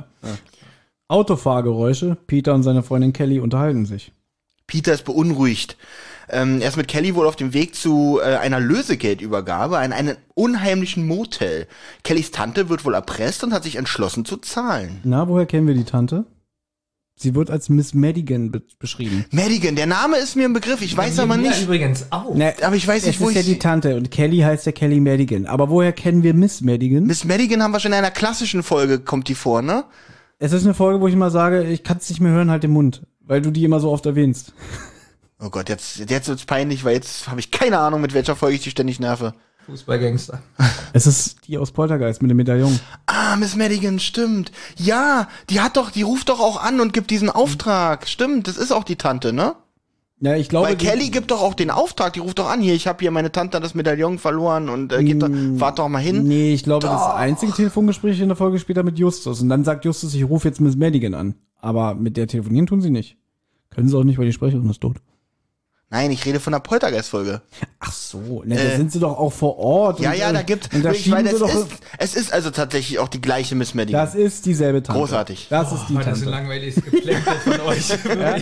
Speaker 1: Autofahrgeräusche. Peter und seine Freundin Kelly unterhalten sich.
Speaker 3: Peter ist beunruhigt. Er ist mit Kelly wohl auf dem Weg zu einer Lösegeldübergabe an einen unheimlichen Motel. Kellys Tante wird wohl erpresst und hat sich entschlossen zu zahlen.
Speaker 1: Na, woher kennen wir die Tante? Sie wird als Miss Madigan beschrieben.
Speaker 3: Madigan, der Name ist mir ein Begriff, ich weiß aber
Speaker 2: Mir
Speaker 3: nicht.
Speaker 2: übrigens auch.
Speaker 1: Na,
Speaker 3: Aber ich weiß nicht,
Speaker 1: es
Speaker 3: wo
Speaker 1: ist ja
Speaker 3: ich...
Speaker 1: die Tante und Kelly heißt ja Kelly Madigan. Aber woher kennen wir Miss Madigan?
Speaker 3: Miss Madigan haben wir schon in einer klassischen Folge, kommt die vor, ne?
Speaker 1: Es ist eine Folge, wo ich immer sage, ich kann es nicht mehr hören, halt den Mund. Weil du die immer so oft erwähnst.
Speaker 3: Oh Gott, jetzt wird's peinlich, weil jetzt habe ich keine Ahnung, mit welcher Folge ich die ständig nerve.
Speaker 2: Fußballgangster.
Speaker 1: Es ist die aus Poltergeist mit dem Medaillon.
Speaker 3: Ah, Miss Madigan, stimmt. Ja, die ruft doch auch an und gibt diesen Auftrag. Stimmt, das ist auch die Tante, ne?
Speaker 1: Ja, ich glaube.
Speaker 3: Weil Kelly gibt doch auch den Auftrag, die ruft doch an, hier, ich habe hier meine Tante das Medaillon verloren und fahrt doch mal hin.
Speaker 1: Nee, ich glaube, das einzige Telefongespräch in der Folge später mit Justus. Und dann sagt Justus, ich rufe jetzt Miss Madigan an. Aber mit der telefonieren tun sie nicht. Können sie auch nicht, weil die Sprecherin ist tot.
Speaker 3: Nein, ich rede von der Poltergeist-Folge.
Speaker 1: Ach so, ne, da sind sie doch auch vor Ort.
Speaker 3: Ja,
Speaker 1: und,
Speaker 3: ja, da gibt
Speaker 1: und da
Speaker 3: ich meine,
Speaker 1: schieben sie doch.
Speaker 3: es ist also tatsächlich auch die gleiche Miss Madigan.
Speaker 1: Das ist dieselbe Tante.
Speaker 3: Großartig.
Speaker 1: Das ist die
Speaker 2: Das ist ein
Speaker 1: Tante.
Speaker 2: langweiliges Geplänkel von euch.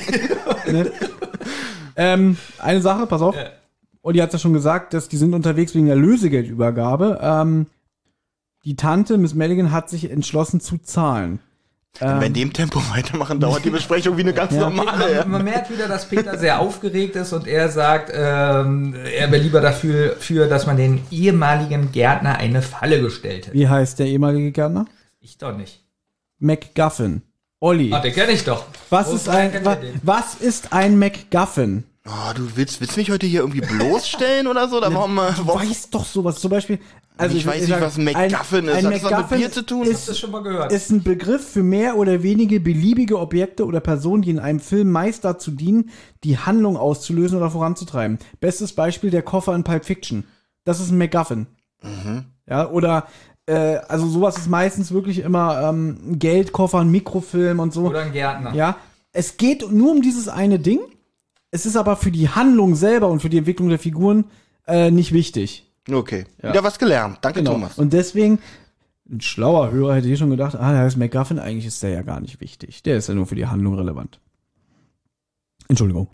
Speaker 1: Eine Sache, pass auf. Olli hat ja schon gesagt, dass die sind unterwegs wegen der Lösegeldübergabe. Die Tante, Miss Madigan, hat sich entschlossen zu zahlen.
Speaker 3: Wenn wir in dem Tempo weitermachen, dauert die Besprechung wie eine ganz normale. Ja.
Speaker 2: Man merkt wieder, dass Peter sehr aufgeregt ist und er sagt, er wäre lieber dafür, dass man den ehemaligen Gärtner eine Falle gestellt hätte.
Speaker 1: Wie heißt der ehemalige Gärtner?
Speaker 2: Ich doch nicht.
Speaker 1: MacGuffin. Olli.
Speaker 2: Ah, den kenne ich doch.
Speaker 1: Was ist ein MacGuffin?
Speaker 3: Oh, du willst mich heute hier irgendwie bloßstellen oder so? Oder warum?
Speaker 1: Du weißt doch sowas. Zum Beispiel. Also
Speaker 3: ich weiß nicht, was ein MacGuffin ist.
Speaker 1: Ein
Speaker 3: Hat das was mit
Speaker 1: MacGuffin
Speaker 3: Bier zu tun?
Speaker 2: Hast du das schon mal gehört?
Speaker 1: ist ein Begriff für mehr oder weniger beliebige Objekte oder Personen, die in einem Film meist dazu dienen, die Handlung auszulösen oder voranzutreiben. Bestes Beispiel der Koffer in Pulp Fiction. Das ist ein MacGuffin. Ja, oder also sowas ist meistens wirklich immer ein Geldkoffer, ein Mikrofilm und so.
Speaker 2: Oder ein Gärtner.
Speaker 1: Ja, es geht nur um dieses eine Ding. Es ist aber für die Handlung selber und für die Entwicklung der Figuren nicht wichtig.
Speaker 3: Okay, wieder was gelernt. Danke, Thomas.
Speaker 1: Und deswegen, ein schlauer Hörer hätte hier schon gedacht, der heißt MacGuffin, eigentlich ist der ja gar nicht wichtig. Der ist ja nur für die Handlung relevant. Entschuldigung.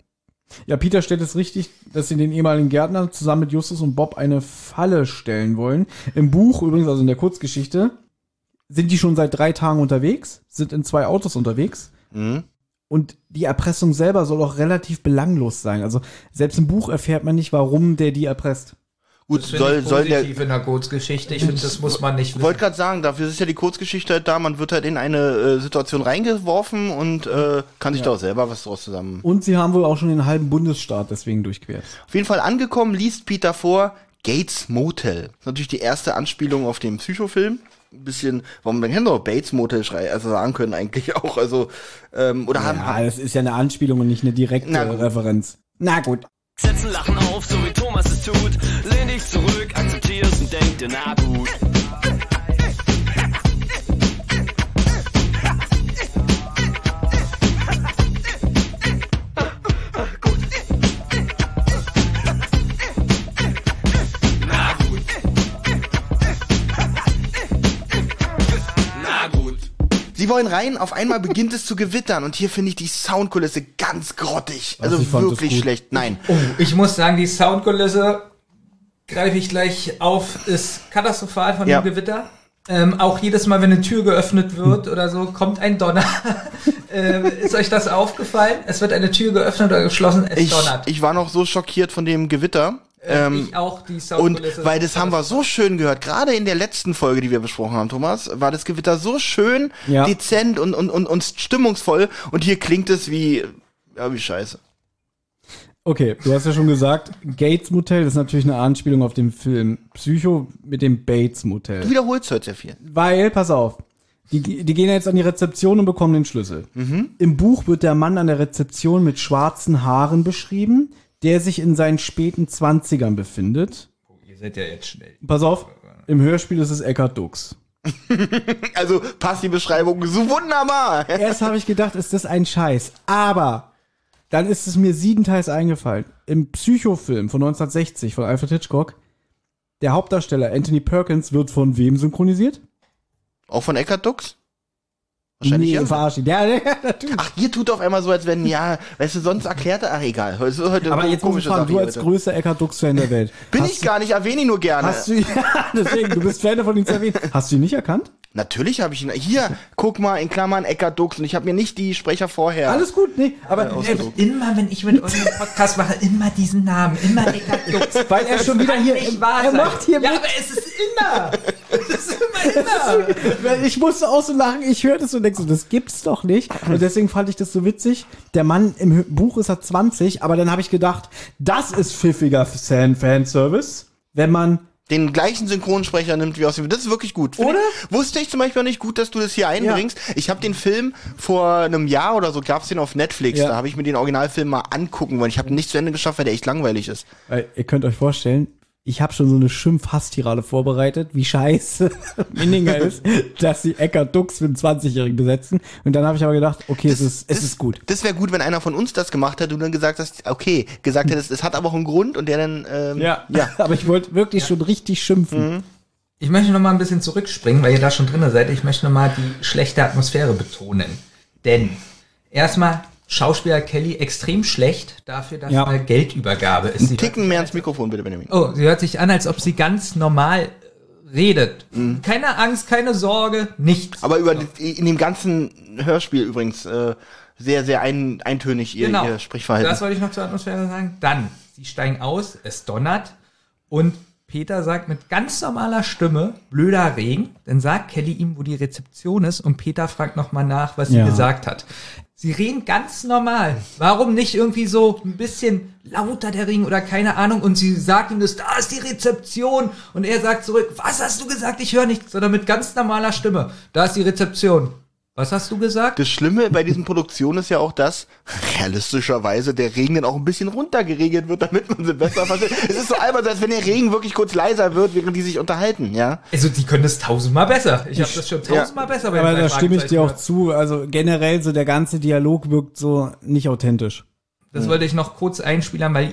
Speaker 1: Ja, Peter stellt es richtig, dass sie den ehemaligen Gärtner zusammen mit Justus und Bob eine Falle stellen wollen. Im Buch übrigens, also in der Kurzgeschichte, sind die schon seit 3 Tagen unterwegs, sind in 2 Autos unterwegs.
Speaker 3: Mhm.
Speaker 1: Und die Erpressung selber soll auch relativ belanglos sein. Also selbst im Buch erfährt man nicht, warum der die erpresst.
Speaker 3: Gut,
Speaker 2: Das finde ich
Speaker 3: soll der.
Speaker 2: positiv in der Kurzgeschichte. Ich finde, das muss man nicht
Speaker 3: Ich wollte gerade sagen, dafür ist ja die Kurzgeschichte halt da, man wird halt in eine Situation reingeworfen und kann sich da auch selber was draus zusammen.
Speaker 1: Und sie haben wohl auch schon den halben Bundesstaat deswegen durchquert.
Speaker 3: Auf jeden Fall angekommen, liest Peter vor, Gates Motel. Das ist natürlich die erste Anspielung auf den Psychofilm. Ein bisschen, warum man hätte doch Bates Motel sagen können eigentlich auch, also, oder haben.
Speaker 1: Ja, das ist ja eine Anspielung und nicht eine direkte Referenz. Na gut.
Speaker 4: Setzen Lachen auf, so wie Thomas es tut. Lehn dich zurück, akzeptierst und denk dir, na gut.
Speaker 3: Sie wollen rein, auf einmal beginnt es zu gewittern und hier finde ich die Soundkulisse ganz grottig. Also
Speaker 1: ich fand das
Speaker 3: wirklich
Speaker 1: gut.
Speaker 3: schlecht. Nein.
Speaker 2: Oh, ich muss sagen, die Soundkulisse, greife ich gleich auf, ist katastrophal von dem Gewitter. Auch jedes Mal, wenn eine Tür geöffnet wird oder so, kommt ein Donner. Ist euch das aufgefallen? Es wird eine Tür geöffnet oder geschlossen, es donnert.
Speaker 3: Ich war noch so schockiert von dem Gewitter.
Speaker 2: Ich auch, die Soundkulisse.
Speaker 3: Und weil das haben wir so schön gehört, gerade in der letzten Folge, die wir besprochen haben, Thomas, war das Gewitter so schön, dezent und stimmungsvoll und hier klingt es wie scheiße.
Speaker 1: Okay, du hast ja schon gesagt, Gates Motel ist natürlich eine Anspielung auf den Film Psycho mit dem Bates Motel.
Speaker 3: Du wiederholst heute sehr viel.
Speaker 1: Weil, pass auf, die gehen ja jetzt an die Rezeption und bekommen den Schlüssel. Im Buch wird der Mann an der Rezeption mit schwarzen Haaren beschrieben, der sich in seinen späten 20ern befindet.
Speaker 2: Oh, ihr seid ja jetzt schnell.
Speaker 1: Pass auf, im Hörspiel ist es Eckhard Dux.
Speaker 3: Also passt die Beschreibung so wunderbar.
Speaker 1: Erst habe ich gedacht, ist das ein Scheiß. Aber dann ist es mir siebenteils eingefallen. Im Psychofilm von 1960 von Alfred Hitchcock, der Hauptdarsteller Anthony Perkins wird von wem synchronisiert?
Speaker 3: Auch von Eckhard Dux? Wahrscheinlich ja.
Speaker 1: Verarschen. Ja, natürlich.
Speaker 3: Ach, ihr tut auf einmal so, als wenn, weißt du, sonst erklärt er, egal. Heute
Speaker 1: Aber jetzt muss ich fragen, du als größter Eckhard Dux-Fan der Welt.
Speaker 3: Bin ich gar nicht, erwähne ihn nur gerne.
Speaker 1: Hast du, ja, deswegen, du bist Fan davon, ihn zu erwähnen. Hast du ihn nicht erkannt?
Speaker 3: Natürlich habe ich ihn. Hier, guck mal, in Klammern Eckhard Dux. Und ich habe mir nicht die Sprecher vorher.
Speaker 1: Alles gut, nee. Aber
Speaker 2: Immer, wenn ich mit euch einen Podcast mache, immer diesen Namen, immer Eckhard Dux.
Speaker 1: weil er schon wieder hier, er macht hier
Speaker 2: Ja,
Speaker 1: mit.
Speaker 2: aber es ist immer. Es ist immer.
Speaker 1: Ich musste auch so lachen, ich hörte es und denke so, das gibt's doch nicht. Und deswegen fand ich das so witzig. Der Mann im Buch ist er 20, aber dann habe ich gedacht, das ist pfiffiger Fanservice, wenn man
Speaker 3: den gleichen Synchronsprecher nimmt wie aus dem. Das ist wirklich gut.
Speaker 1: Oder?
Speaker 3: Wusste ich zum Beispiel auch nicht gut, dass du das hier einbringst. Ja. Ich habe den Film vor einem Jahr oder so, gab's den auf Netflix. Ja. Da habe ich mir den Originalfilm mal angucken wollen. Ich habe ihn nicht zu Ende geschafft, weil der echt langweilig ist.
Speaker 1: Ihr könnt euch vorstellen, ich habe schon so eine Schimpf-Hass-Tirade vorbereitet, wie scheiße Minninger ist, dass sie Eckhard Dux mit einem 20-Jährigen besetzen. Und dann habe ich aber gedacht, okay, es ist gut.
Speaker 3: Das wäre gut, wenn einer von uns das gemacht hätte und dann gesagt hättest, es hat aber auch einen Grund und der dann,
Speaker 1: ja. Aber ich wollte wirklich schon richtig schimpfen.
Speaker 3: Mhm.
Speaker 2: Ich möchte noch mal ein bisschen zurückspringen, weil ihr da schon drin seid. Ich möchte noch mal die schlechte Atmosphäre betonen. Denn erstmal Schauspieler Kelly extrem schlecht dafür, dass mal Geldübergabe ist.
Speaker 3: Ein Ticken mehr ins Mikrofon, bitte, Benjamin.
Speaker 2: Oh, sie hört sich an, als ob sie ganz normal redet. Keine Angst, keine Sorge, nichts.
Speaker 3: Aber in dem ganzen Hörspiel übrigens sehr, sehr eintönig ihr Sprechverhalten.
Speaker 2: Das wollte ich noch zur Atmosphäre sagen. Dann, sie steigen aus, es donnert und Peter sagt mit ganz normaler Stimme, blöder Regen. Dann sagt Kelly ihm, wo die Rezeption ist und Peter fragt nochmal nach, was sie gesagt hat. Sie reden ganz normal. Warum nicht irgendwie so ein bisschen lauter der Regen oder keine Ahnung? Und sie sagt ihm das, da ist die Rezeption. Und er sagt zurück, was hast du gesagt? Ich höre nichts. Sondern mit ganz normaler Stimme, da ist die Rezeption. Was hast du gesagt?
Speaker 3: Das Schlimme bei diesen Produktionen ist ja auch, dass realistischerweise der Regen dann auch ein bisschen runtergeregelt wird, damit man sie besser versteht. Es ist so albern, als wenn der Regen wirklich kurz leiser wird, während die sich unterhalten, ja.
Speaker 2: Also die können das 1000-mal besser. Ich habe das schon 1000-mal besser bei den
Speaker 1: Aber da
Speaker 2: drei
Speaker 1: stimme ich dir auch
Speaker 2: Fragezeichen
Speaker 1: zu. Also generell so der ganze Dialog wirkt so nicht authentisch.
Speaker 2: Das wollte ich noch kurz einwerfen, weil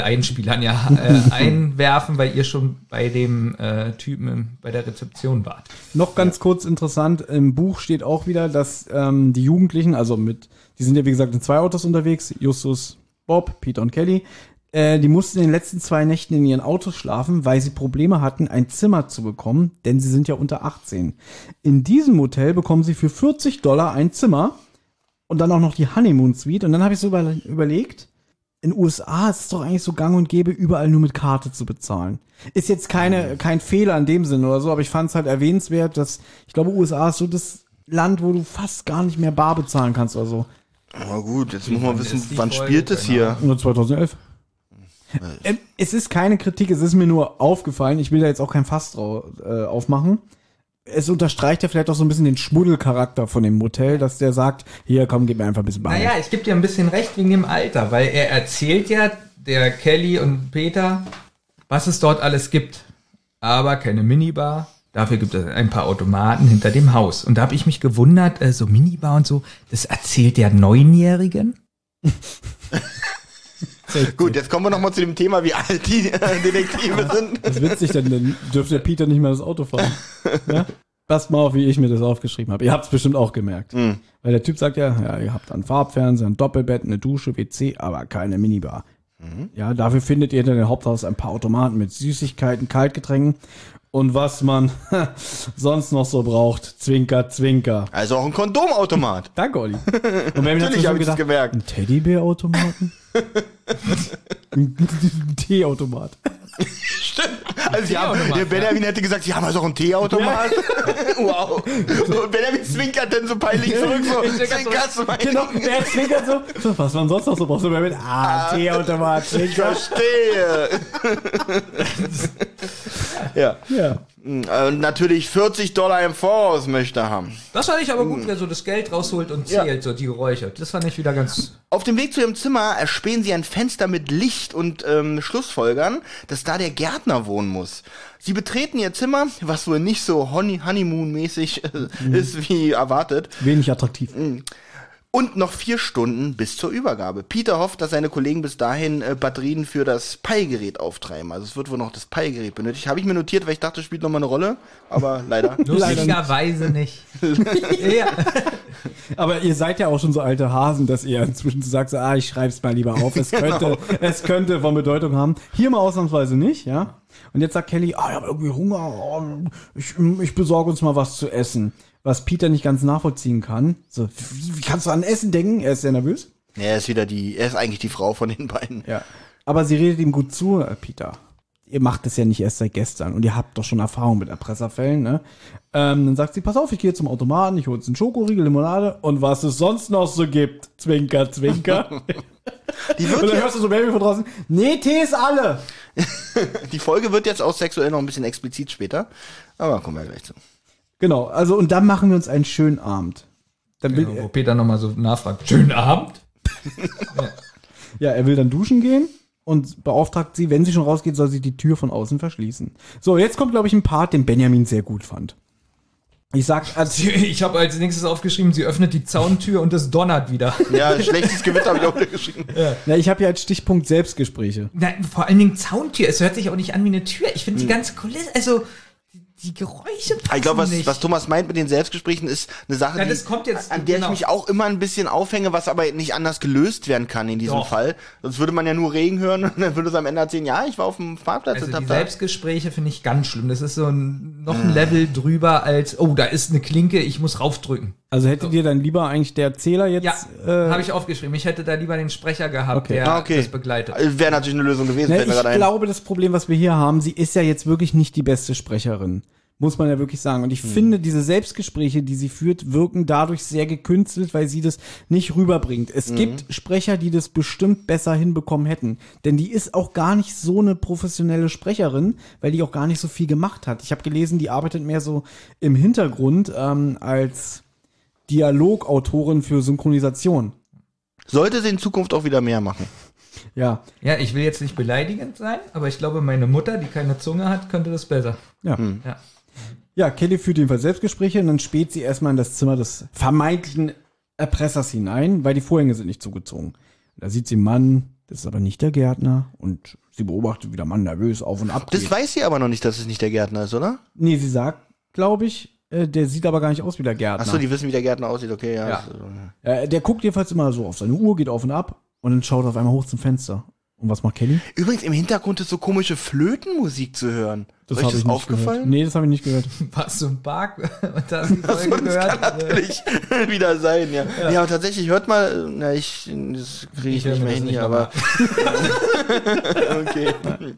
Speaker 2: ihr schon bei dem Typen bei der Rezeption wart.
Speaker 1: Noch ganz kurz interessant, im Buch steht auch wieder, dass die Jugendlichen, die sind ja wie gesagt in 2 Autos unterwegs, Justus Bob, Peter und Kelly, die mussten in den letzten 2 Nächten in ihren Autos schlafen, weil sie Probleme hatten, ein Zimmer zu bekommen, denn sie sind ja unter 18. In diesem Hotel bekommen sie für $40 ein Zimmer und dann auch noch die Honeymoon Suite. Und dann habe ich so überlegt, in den USA ist es doch eigentlich so gang und gäbe, überall nur mit Karte zu bezahlen. Ist jetzt kein Fehler in dem Sinne oder so, aber ich fand es halt erwähnenswert, dass, ich glaube, USA ist so das Land, wo du fast gar nicht mehr bar bezahlen kannst oder so.
Speaker 3: Aber gut, jetzt muss man
Speaker 2: Wann
Speaker 3: wissen,
Speaker 2: ist die
Speaker 3: wann
Speaker 2: Folge?
Speaker 3: spielt es hier?
Speaker 1: Nur 2011. Es ist keine Kritik, es ist mir nur aufgefallen. Ich will da jetzt auch kein Fass aufmachen. Es unterstreicht ja vielleicht auch so ein bisschen den Schmuddelcharakter von dem Motel, dass der sagt, hier, komm, gib mir einfach ein bisschen Bar.
Speaker 2: Naja, ich gebe dir ein bisschen recht wegen dem Alter, weil er erzählt ja, der Kelly und Peter, was es dort alles gibt. Aber keine Minibar. Dafür gibt es ein paar Automaten hinter dem Haus. Und da habe ich mich gewundert, so Minibar und so, das erzählt der Neunjährigen?
Speaker 3: Gut, jetzt kommen wir nochmal zu dem Thema, wie alt die Detektive sind.
Speaker 1: Das ist witzig, dann dürfte der Peter nicht mehr das Auto fahren. Ja? Passt mal auf, wie ich mir das aufgeschrieben habe. Ihr habt es bestimmt auch gemerkt. Weil der Typ sagt ja, ihr habt einen Farbfernseher, ein Doppelbett, eine Dusche, WC, aber keine Minibar. Ja, dafür findet ihr hinter dem Haupthaus ein paar Automaten mit Süßigkeiten, Kaltgetränken und was man sonst noch so braucht. Zwinker, zwinker.
Speaker 3: Also auch ein Kondomautomat.
Speaker 1: Danke, Olli. Und wer
Speaker 3: Natürlich habe ich das gemerkt.
Speaker 1: Ein Teddybär-Automaten? Ein Teeautomat.
Speaker 3: Stimmt. Also der Benjamin hätte gesagt, sie haben also auch einen Teeautomat. Wow. Und Benjamin zwinkert dann so peinlich zurück. So, zwinkerst du mein
Speaker 1: Genau, der zwinkert so. Was man sonst noch so braucht. So mit Teeautomat,
Speaker 3: Ich
Speaker 1: Zwinker.
Speaker 3: verstehe. Ja.
Speaker 1: Ja.
Speaker 3: Und natürlich $40 im Voraus möchte er haben.
Speaker 2: Das fand ich aber gut, wer so das Geld rausholt und zählt, so die Geräusche. Das fand ich wieder ganz...
Speaker 3: Auf dem Weg zu ihrem Zimmer erspähen sie ein Fenster mit Licht und schlussfolgern, dass da der Gärtner wohnen muss. Sie betreten ihr Zimmer, was wohl nicht so Honeymoon-mäßig ist wie erwartet.
Speaker 1: Wenig attraktiv.
Speaker 3: Und noch 4 Stunden bis zur Übergabe. Peter hofft, dass seine Kollegen bis dahin Batterien für das Pi-Gerät auftreiben. Also es wird wohl noch das Pi-Gerät benötigt. Habe ich mir notiert, weil ich dachte, das spielt noch mal eine Rolle. Aber leider.
Speaker 2: Lustigerweise nicht. Ja.
Speaker 1: Aber ihr seid ja auch schon so alte Hasen, dass ihr inzwischen sagt, so, ich schreib's mal lieber auf. Es könnte von Bedeutung haben. Hier mal ausnahmsweise nicht, ja. Und jetzt sagt Kelly, ich habe irgendwie Hunger. Ich besorge uns mal was zu essen. Was Peter nicht ganz nachvollziehen kann. So, wie kannst du an Essen denken? Er ist sehr nervös.
Speaker 3: Ja, er ist eigentlich die Frau von den beiden.
Speaker 1: Ja. Aber sie redet ihm gut zu, Peter. Ihr macht es ja nicht erst seit gestern und ihr habt doch schon Erfahrung mit Erpresserfällen, ne? Dann sagt sie, pass auf, ich gehe zum Automaten, ich hole uns einen Schokoriegel, Limonade und was es sonst noch so gibt. Zwinker, zwinker. Und dann hörst du so Baby von draußen, nee, Tee ist alle.
Speaker 3: Die Folge wird jetzt auch sexuell noch ein bisschen explizit später. Aber kommen wir gleich zu.
Speaker 1: Genau, also und dann machen wir uns einen schönen Abend. Dann will
Speaker 2: Wo Peter nochmal so nachfragt, schönen Abend.
Speaker 1: Ja, er will dann duschen gehen und beauftragt sie, wenn sie schon rausgeht, soll sie die Tür von außen verschließen. So, jetzt kommt, glaube ich, ein Part, den Benjamin sehr gut fand. Ich
Speaker 2: habe als nächstes aufgeschrieben, sie öffnet die Zauntür und es donnert wieder.
Speaker 3: Ja, schlechtes Gewitter habe ich auch wieder geschrieben.
Speaker 1: Ja, ich habe ja als Stichpunkt Selbstgespräche.
Speaker 2: Nein, vor allen Dingen Zauntür. Es hört sich auch nicht an wie eine Tür. Ich finde die ganze Kulisse, also die Geräusche passen
Speaker 3: Ich glaube,
Speaker 2: nicht.
Speaker 3: was Thomas meint mit den Selbstgesprächen, ist eine Sache,
Speaker 2: Ja, das kommt jetzt,
Speaker 3: an der
Speaker 2: genau.
Speaker 3: ich mich auch immer ein bisschen aufhänge, was aber nicht anders gelöst werden kann in diesem
Speaker 2: Doch.
Speaker 3: Fall. Sonst würde man ja nur Regen hören und dann würde es am Ende erzählen, ja, ich war auf dem Parkplatz
Speaker 2: Also
Speaker 3: und
Speaker 2: die
Speaker 3: hab da...
Speaker 2: Selbstgespräche finde ich ganz schlimm. Das ist so noch ein Level drüber als, oh, da ist eine Klinke, ich muss raufdrücken.
Speaker 1: Also hättet ihr dann lieber eigentlich der Erzähler jetzt?
Speaker 2: Ja, habe ich aufgeschrieben. Ich hätte da lieber den Sprecher gehabt,
Speaker 1: Okay.
Speaker 2: der
Speaker 3: Okay.
Speaker 2: das begleitet.
Speaker 3: Wäre natürlich eine Lösung gewesen,
Speaker 1: Ne,
Speaker 3: fällt mir gerade
Speaker 1: ich
Speaker 3: ein.
Speaker 1: glaube, das Problem, was wir hier haben, sie ist ja jetzt wirklich nicht die beste Sprecherin. Muss man ja wirklich sagen. Und ich finde, diese Selbstgespräche, die sie führt, wirken dadurch sehr gekünstelt, weil sie das nicht rüberbringt. Es gibt Sprecher, die das bestimmt besser hinbekommen hätten. Denn die ist auch gar nicht so eine professionelle Sprecherin, weil die auch gar nicht so viel gemacht hat. Ich habe gelesen, die arbeitet mehr so im Hintergrund als Dialogautorin für Synchronisation.
Speaker 3: Sollte sie in Zukunft auch wieder mehr machen.
Speaker 1: Ja,
Speaker 2: Ja, ich will jetzt nicht beleidigend sein, aber ich glaube, meine Mutter, die keine Zunge hat, könnte das besser.
Speaker 1: ja.
Speaker 2: Ja.
Speaker 1: Ja, Kelly führt jedenfalls Selbstgespräche und dann späht sie erstmal in das Zimmer des vermeintlichen Erpressers hinein, weil die Vorhänge sind nicht zugezogen. Da sieht sie einen Mann, das ist aber nicht der Gärtner und sie beobachtet, wie der Mann nervös auf und ab geht.
Speaker 3: Das weiß sie aber noch nicht, dass es nicht der Gärtner ist, oder?
Speaker 1: Nee, sie sagt, glaube ich, der sieht aber gar nicht aus wie der Gärtner.
Speaker 3: Achso, die wissen, wie der Gärtner aussieht, okay, ja.
Speaker 1: Ja. Der guckt jedenfalls immer so auf seine Uhr, geht auf und ab und dann schaut er auf einmal hoch zum Fenster. Und was macht Kelly?
Speaker 3: Übrigens, im Hintergrund ist so komische Flötenmusik zu hören. Ist euch
Speaker 1: hab
Speaker 3: das
Speaker 1: ich nicht
Speaker 3: aufgefallen?
Speaker 1: gehört. Nee, das habe ich nicht gehört.
Speaker 2: Warst du im Park und da hast du die
Speaker 3: Das
Speaker 2: Folge gehört?
Speaker 3: kann natürlich wieder sein, ja. Ja, aber tatsächlich, hört mal, das kriege ich nicht mehr hin hier, aber okay.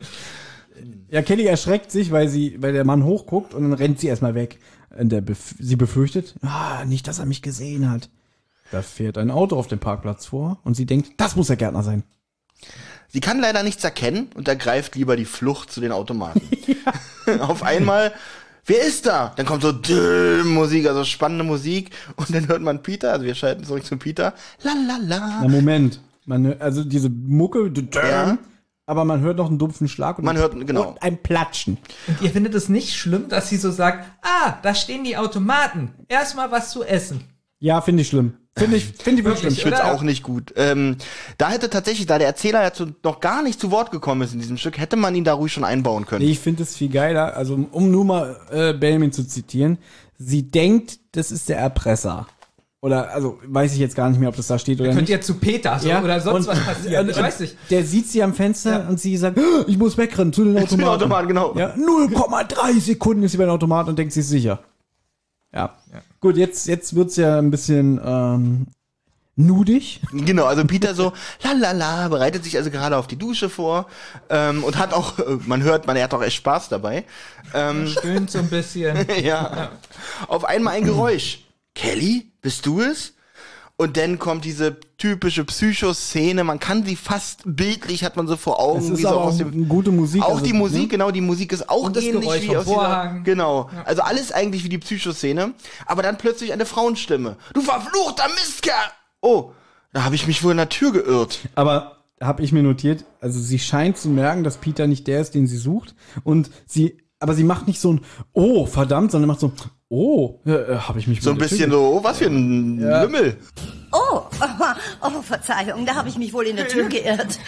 Speaker 1: Ja, Kelly erschreckt sich, weil der Mann hochguckt und dann rennt sie erstmal weg. Und sie befürchtet, nicht, dass er mich gesehen hat. Da fährt ein Auto auf dem Parkplatz vor und sie denkt, das muss der Gärtner sein.
Speaker 3: Sie kann leider nichts erkennen und ergreift lieber die Flucht zu den Automaten. Auf einmal, wer ist da? Dann kommt so Musik, also spannende Musik. Und dann hört man Peter, also wir schalten zurück zu Peter. La la la.
Speaker 1: Na Moment, also diese Mucke,
Speaker 3: Ja.
Speaker 1: aber man hört noch einen dumpfen Schlag und,
Speaker 3: Man hört, genau.
Speaker 1: und ein Platschen.
Speaker 2: Und ihr findet es nicht schlimm, dass sie so sagt, da stehen die Automaten. Erstmal was zu essen.
Speaker 1: Ja, finde ich schlimm. Finde ich wirklich schlimm.
Speaker 3: Ich finde es
Speaker 2: oder?
Speaker 3: auch nicht gut. Da hätte tatsächlich, da der Erzähler jetzt noch gar nicht zu Wort gekommen ist in diesem Stück, hätte man ihn da ruhig schon einbauen können.
Speaker 1: Ich finde es viel geiler, also um nur mal Benjamin zu zitieren, sie denkt, das ist der Erpresser. Oder, also, weiß ich jetzt gar nicht mehr, ob das da steht oder
Speaker 2: Könnt
Speaker 1: nicht.
Speaker 2: ihr zu Peter so, oder sonst was passieren. Ich weiß nicht.
Speaker 1: Der sieht sie am Fenster und sie sagt, ich muss wegrennen zu den Automaten.
Speaker 3: Zu den Automaten, genau.
Speaker 1: Ja, 0,3 Sekunden ist sie bei den Automaten und denkt, sie ist sicher. Ja. Gut, jetzt wird's ja ein bisschen nudig.
Speaker 3: Genau, also Peter so, la, bereitet sich also gerade auf die Dusche vor und hat auch, man hört, er hat auch echt Spaß dabei.
Speaker 2: Stöhnt so ein bisschen.
Speaker 3: Ja. Auf einmal ein Geräusch. Kelly, bist du es? Und dann kommt diese typische Psycho-Szene, man kann sie fast bildlich, hat man so vor Augen.
Speaker 1: Es ist
Speaker 3: wie so
Speaker 1: aber
Speaker 3: aus
Speaker 1: auch
Speaker 3: dem,
Speaker 1: gute Musik.
Speaker 3: auch
Speaker 1: also,
Speaker 3: die Musik,
Speaker 1: ne?
Speaker 3: genau, die Musik ist auch
Speaker 2: Und das
Speaker 3: ähnlich
Speaker 2: Geräusch
Speaker 3: wie
Speaker 2: vom
Speaker 3: aus dieser,
Speaker 2: Vorhang.
Speaker 3: genau. Also alles eigentlich wie die Psycho-Szene, aber dann plötzlich eine Frauenstimme. Du verfluchter Mistkerl! Oh, da habe ich mich wohl in der Tür geirrt.
Speaker 1: Aber habe ich mir notiert, also sie scheint zu merken, dass Peter nicht der ist, den sie sucht. Aber sie macht nicht so ein Oh, verdammt, sondern macht so habe ich mich
Speaker 3: So ein
Speaker 1: wohl
Speaker 3: bisschen
Speaker 1: getötet.
Speaker 3: so, oh, was für ein Lümmel.
Speaker 5: Oh, Verzeihung, da habe ich mich wohl in der Tür geirrt.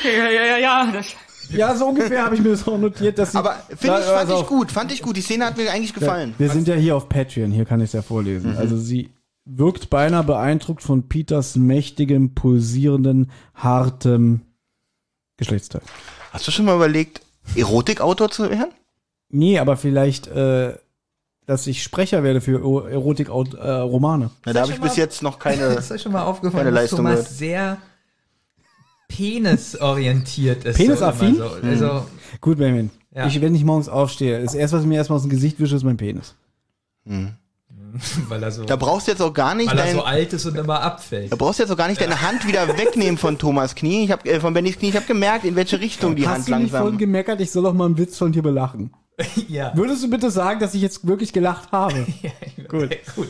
Speaker 1: Ja, so ungefähr habe ich mir das auch notiert, dass sie.
Speaker 3: Aber fand ich gut. Die Szene hat mir eigentlich gefallen.
Speaker 1: Wir sind ja hier auf Patreon, hier kann ich es ja vorlesen. Also sie wirkt beinahe beeindruckt von Peters mächtigem, pulsierenden, hartem Geschlechtsteil.
Speaker 3: Hast du schon mal überlegt, Erotikautor zu werden?
Speaker 1: Nee, aber vielleicht, dass ich Sprecher werde für Erotik-Romane.
Speaker 3: Na, da habe ich bis jetzt noch keine.
Speaker 2: Ist euch schon mal aufgefallen,
Speaker 3: keine
Speaker 2: dass
Speaker 3: Leistung
Speaker 2: Thomas
Speaker 3: gehört.
Speaker 2: sehr penisorientiert ist.
Speaker 1: Penisaffin?
Speaker 2: So, also,
Speaker 1: Gut, Benjamin.
Speaker 2: Ja.
Speaker 1: Wenn ich morgens aufstehe, das erste, was mir erstmal aus dem Gesicht wische, ist mein Penis.
Speaker 2: weil er so,
Speaker 3: Da brauchst du jetzt auch gar nicht
Speaker 2: weil er so alt ist und immer abfällt.
Speaker 3: da brauchst du jetzt auch gar nicht deine Hand wieder wegnehmen von Thomas Knie. Von Bennys Knie. Ich habe gemerkt, in welche Richtung die Hand
Speaker 1: Hast du nicht vorhin
Speaker 3: langsam.
Speaker 1: gemeckert, ich soll doch mal einen Witz von dir belachen?
Speaker 2: Ja.
Speaker 1: Würdest du bitte sagen, dass ich jetzt wirklich gelacht habe?
Speaker 2: Gut. Gut.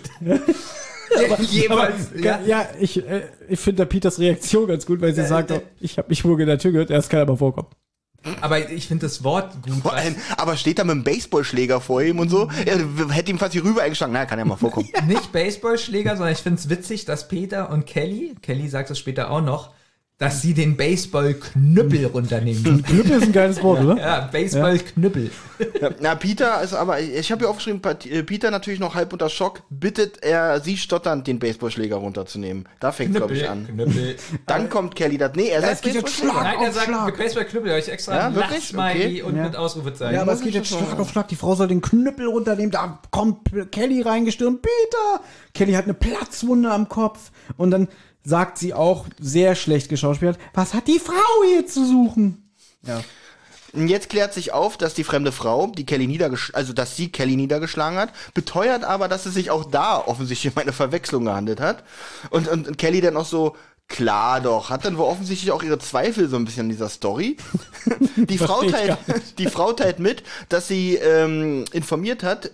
Speaker 2: Jeweils, ja.
Speaker 1: Ich finde da Peters Reaktion ganz gut, weil sie sagt, ich habe mich wohl in der Tür gehört, das kann aber vorkommen.
Speaker 2: Aber ich finde das Wort gut.
Speaker 3: Vor allem, aber steht da mit einem Baseballschläger vor ihm und so. Er hätte ihm fast hier rüber eingeschlagen. Na, kann ja mal vorkommen.
Speaker 2: Nicht Baseballschläger, sondern ich finde es witzig, dass Peter und Kelly sagt es später auch noch, dass sie den Baseballknüppel runternehmen.
Speaker 1: Knüppel ist ein geiles Wort, oder?
Speaker 2: Ja, Baseballknüppel.
Speaker 3: Ja, na, Peter ist aber, ich habe hier aufgeschrieben, Peter natürlich noch halb unter Schock, bittet er sie stotternd, den Baseballschläger runterzunehmen. Da fängt glaube ich, an.
Speaker 2: Knüppel.
Speaker 3: Dann kommt Kelly, er sagt Baseballschläger.
Speaker 2: Nein, er sagt Baseballknüppel, habe ich extra
Speaker 3: Ja,
Speaker 2: ein
Speaker 3: wirklich?
Speaker 2: Lachsmiley
Speaker 3: Okay.
Speaker 2: und
Speaker 1: Ja.
Speaker 2: mit Ausrufezeichen.
Speaker 1: Ja, aber es geht jetzt Schlag auf Schlag. Die Frau soll den Knüppel runternehmen. Da kommt Kelly reingestürmt. Peter! Kelly hat eine Platzwunde am Kopf. Und dann sagt sie auch, sehr schlecht geschauspielert, was hat die Frau hier zu suchen? Ja.
Speaker 3: Und jetzt klärt sich auf, dass die fremde Frau, die Kelly dass sie Kelly niedergeschlagen hat, beteuert aber, dass es sich auch da offensichtlich um eine Verwechslung gehandelt hat. Und Kelly dann auch so, klar doch, hat dann wohl offensichtlich auch ihre Zweifel so ein bisschen an dieser Story. Die Frau teilt mit, dass sie informiert hat,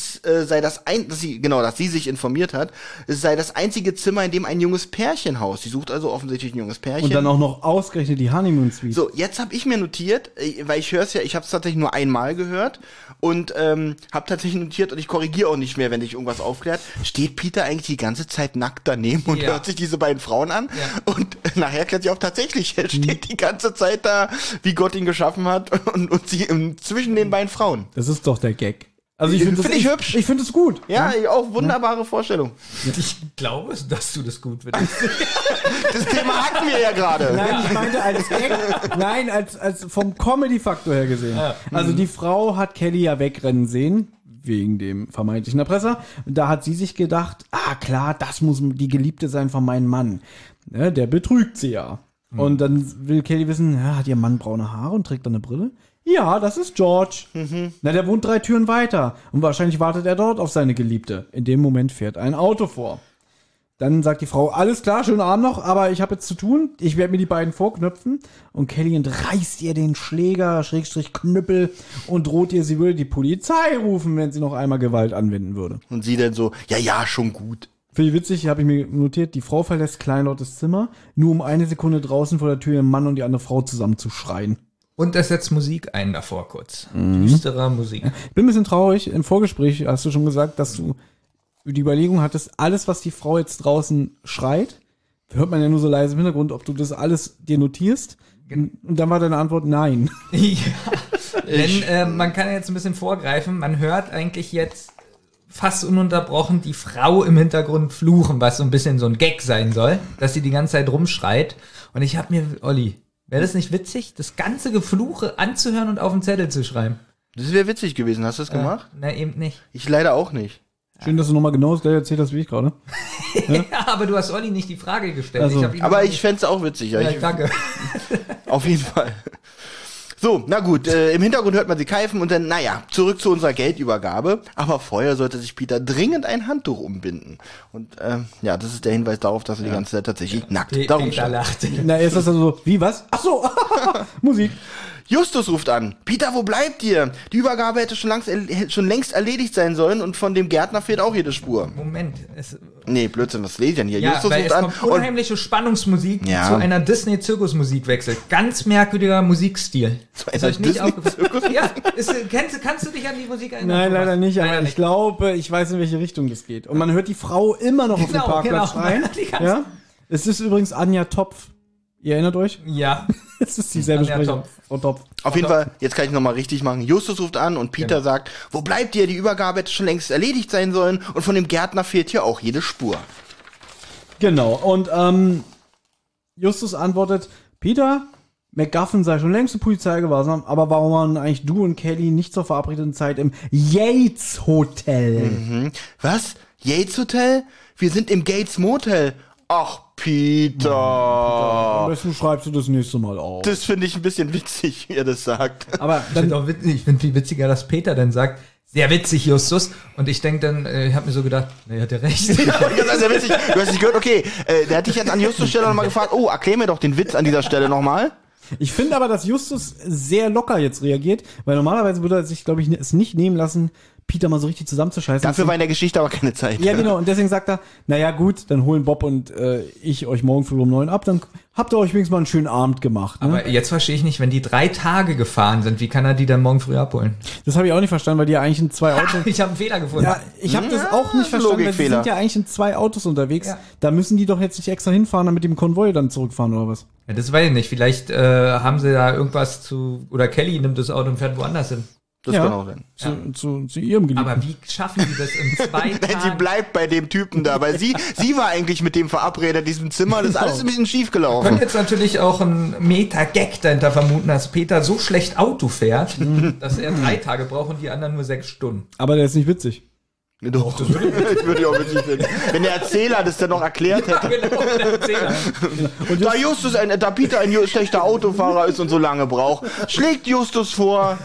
Speaker 3: dass sie sich informiert hat, es sei das einzige Zimmer, in dem ein junges Pärchen haust. Sie sucht also offensichtlich ein junges Pärchen.
Speaker 1: Und dann auch noch ausgerechnet die Honeymoon Suite.
Speaker 3: So, jetzt habe ich mir notiert, weil ich höre es ja, ich habe es tatsächlich nur einmal gehört und habe tatsächlich notiert und ich korrigiere auch nicht mehr, wenn dich irgendwas aufklärt. Steht Peter eigentlich die ganze Zeit nackt daneben und hört sich diese beiden Frauen an?
Speaker 2: Ja.
Speaker 3: Und nachher klärt sich auch tatsächlich, er steht die ganze Zeit da, wie Gott ihn geschaffen hat und sie zwischen den beiden Frauen.
Speaker 1: Das ist doch der Gag. Also ich finde
Speaker 3: Find ich hübsch.
Speaker 1: Ich finde es gut.
Speaker 3: Ja, auch wunderbare Vorstellung.
Speaker 2: Ich glaube, dass du das gut findest.
Speaker 3: Das Thema hatten wir ja gerade.
Speaker 1: Nein, ich meinte als Gag, nein, als vom Comedy-Faktor her gesehen. Also die Frau hat Kelly ja wegrennen sehen, wegen dem vermeintlichen Erpresser. Und da hat sie sich gedacht, klar, das muss die Geliebte sein von meinem Mann. Ne, der betrügt sie ja. Und dann will Kelly wissen, hat ihr Mann braune Haare und trägt dann eine Brille? Ja, das ist George. Na, der wohnt 3 Türen weiter. Und wahrscheinlich wartet er dort auf seine Geliebte. In dem Moment fährt ein Auto vor. Dann sagt die Frau, alles klar, schönen Abend noch, aber ich habe jetzt zu tun. Ich werde mir die beiden vorknöpfen. Und Kelly entreißt ihr den Schläger, / Knüppel und droht ihr, sie würde die Polizei rufen, wenn sie noch einmal Gewalt anwenden würde.
Speaker 3: Und sie dann so, ja, schon gut.
Speaker 1: Finde ich witzig, habe ich mir notiert, die Frau verlässt kleinlautes Zimmer, nur um 1 Sekunde draußen vor der Tür ihren Mann und die andere Frau zusammen zu schreien.
Speaker 2: Und es setzt Musik ein davor kurz. Düsterer Musik.
Speaker 1: Ich bin ein bisschen traurig. Im Vorgespräch hast du schon gesagt, dass du die Überlegung hattest, alles, was die Frau jetzt draußen schreit, hört man ja nur so leise im Hintergrund, ob du das alles dir notierst. Und dann war deine Antwort nein.
Speaker 2: Ja, denn man kann jetzt ein bisschen vorgreifen. Man hört eigentlich jetzt fast ununterbrochen die Frau im Hintergrund fluchen, was so ein bisschen so ein Gag sein soll, dass sie die ganze Zeit rumschreit. Und ich habe mir, Olli, wäre das nicht witzig, das ganze Gefluche anzuhören und auf den Zettel zu schreiben?
Speaker 3: Das wäre witzig gewesen. Hast du das gemacht?
Speaker 2: Na, eben nicht.
Speaker 3: Ich leider auch nicht.
Speaker 1: Schön, dass du nochmal genau das gleiche erzählt hast wie ich gerade.
Speaker 2: Ja, aber du hast Olli nicht die Frage gestellt.
Speaker 1: Also.
Speaker 3: Aber ich fänd's auch witzig. Ja,
Speaker 2: Danke.
Speaker 3: Auf jeden Fall. So, na gut, im Hintergrund hört man sie keifen und dann, zurück zu unserer Geldübergabe. Aber vorher sollte sich Peter dringend ein Handtuch umbinden. Und das ist der Hinweis darauf, dass er die ganze Zeit tatsächlich nackt darum
Speaker 2: Peter
Speaker 3: steht.
Speaker 2: lachte.
Speaker 1: Na, erst ist das so, wie, was? Ach so, Musik.
Speaker 3: Justus ruft an. Peter, wo bleibt ihr? Die Übergabe hätte schon längst erledigt sein sollen und von dem Gärtner fehlt auch jede Spur.
Speaker 2: Moment.
Speaker 3: Nee, Blödsinn, was lese ich denn hier?
Speaker 2: Ja,
Speaker 3: Justus
Speaker 2: weil
Speaker 3: ruft
Speaker 2: es
Speaker 3: an
Speaker 2: kommt unheimliche Spannungsmusik
Speaker 3: Ja.
Speaker 2: zu einer Disney-Zirkusmusik wechselt. Ganz merkwürdiger Musikstil.
Speaker 3: Zu einer
Speaker 2: Ist euch nicht
Speaker 3: Disney-Zirkus-
Speaker 2: aufgefallen? Ja, kannst du dich an die Musik erinnern?
Speaker 1: Nein, leider nicht, aber
Speaker 2: Leider
Speaker 1: ich glaube, ich weiß, in welche Richtung das geht. Und man hört die Frau immer noch auf dem
Speaker 2: Genau,
Speaker 1: Parkplatz
Speaker 2: genau.
Speaker 1: schreien.
Speaker 2: Die ganze-
Speaker 1: Ja? Es ist übrigens Anja Topf. Ihr erinnert euch?
Speaker 2: Ja.
Speaker 1: Es ist dieselbe
Speaker 2: Anja
Speaker 1: Sprecherin.
Speaker 2: Topf.
Speaker 1: Frau Topf.
Speaker 3: Auf jeden Fall, jetzt kann ich nochmal richtig machen. Justus ruft an und Peter sagt, wo bleibt ihr? Die Übergabe hätte schon längst erledigt sein sollen und von dem Gärtner fehlt hier auch jede Spur.
Speaker 1: Genau. Und Justus antwortet, Peter, McGuffin sei schon längst in Polizeigewahrsam, aber warum waren eigentlich du und Kelly nicht zur verabredeten Zeit im Yates Hotel?
Speaker 3: Was? Yates Hotel? Wir sind im Gates Motel. Ach, Peter.
Speaker 1: Am besten schreibst du das nächste Mal auf.
Speaker 3: Das finde ich ein bisschen witzig, wie er das sagt.
Speaker 1: Aber
Speaker 2: Ich
Speaker 1: dann,
Speaker 2: finde viel witziger, dass Peter dann sagt, sehr witzig, Justus. Und ich denke dann, ich habe mir so gedacht, hat er recht.
Speaker 3: Das ist ja witzig. Du hast nicht gehört, okay, der hat dich jetzt an Justus Stelle nochmal gefragt, erklär mir doch den Witz an dieser Stelle nochmal.
Speaker 1: ich finde aber, dass Justus sehr locker jetzt reagiert, weil normalerweise würde er sich, glaube ich, es nicht nehmen lassen, Peter mal so richtig zusammenzuscheißen.
Speaker 3: Dafür war in der Geschichte aber keine Zeit.
Speaker 1: Ja, genau. Und deswegen sagt er, naja gut, dann holen Bob und ich euch morgen früh um 9 ab, dann habt ihr euch wenigstens mal einen schönen Abend gemacht. Ne?
Speaker 2: Aber jetzt verstehe ich nicht, wenn die 3 Tage gefahren sind, wie kann er die dann morgen früh abholen?
Speaker 1: Das habe ich auch nicht verstanden, weil die ja eigentlich in 2 Autos...
Speaker 2: Ich habe einen Fehler gefunden.
Speaker 1: Ja, ich habe das auch nicht verstanden, weil sie
Speaker 3: Logikfehler.
Speaker 1: sind ja eigentlich in 2 Autos unterwegs.
Speaker 2: Ja.
Speaker 1: Da müssen die doch jetzt nicht extra hinfahren, damit die im Konvoi dann zurückfahren oder was?
Speaker 2: Ja, das weiß ich nicht. Vielleicht haben sie da irgendwas oder Kelly nimmt das Auto und fährt woanders hin.
Speaker 3: Das
Speaker 1: Ja.
Speaker 3: kann auch sein.
Speaker 1: Zu ihrem Geliebten.
Speaker 2: Aber wie schaffen die das in 2
Speaker 3: Nein, sie
Speaker 2: Tagen?
Speaker 3: bleibt bei dem Typen da, weil sie war eigentlich mit dem verabredet in diesem Zimmer. Das ist alles ein bisschen schief
Speaker 2: Man
Speaker 3: gelaufen.
Speaker 2: kann jetzt natürlich auch einen Meta-Gag dahinter vermuten, dass Peter so schlecht Auto fährt, dass er 3 Tage braucht und die anderen nur 6 Stunden.
Speaker 1: Aber der ist nicht witzig.
Speaker 3: Doch, das würde ich auch witzig finden. Wenn der Erzähler das dann noch erklärt hätte.
Speaker 2: Genau, der Erzähler.
Speaker 3: Da Peter ein schlechter Autofahrer ist und so lange braucht, schlägt Justus vor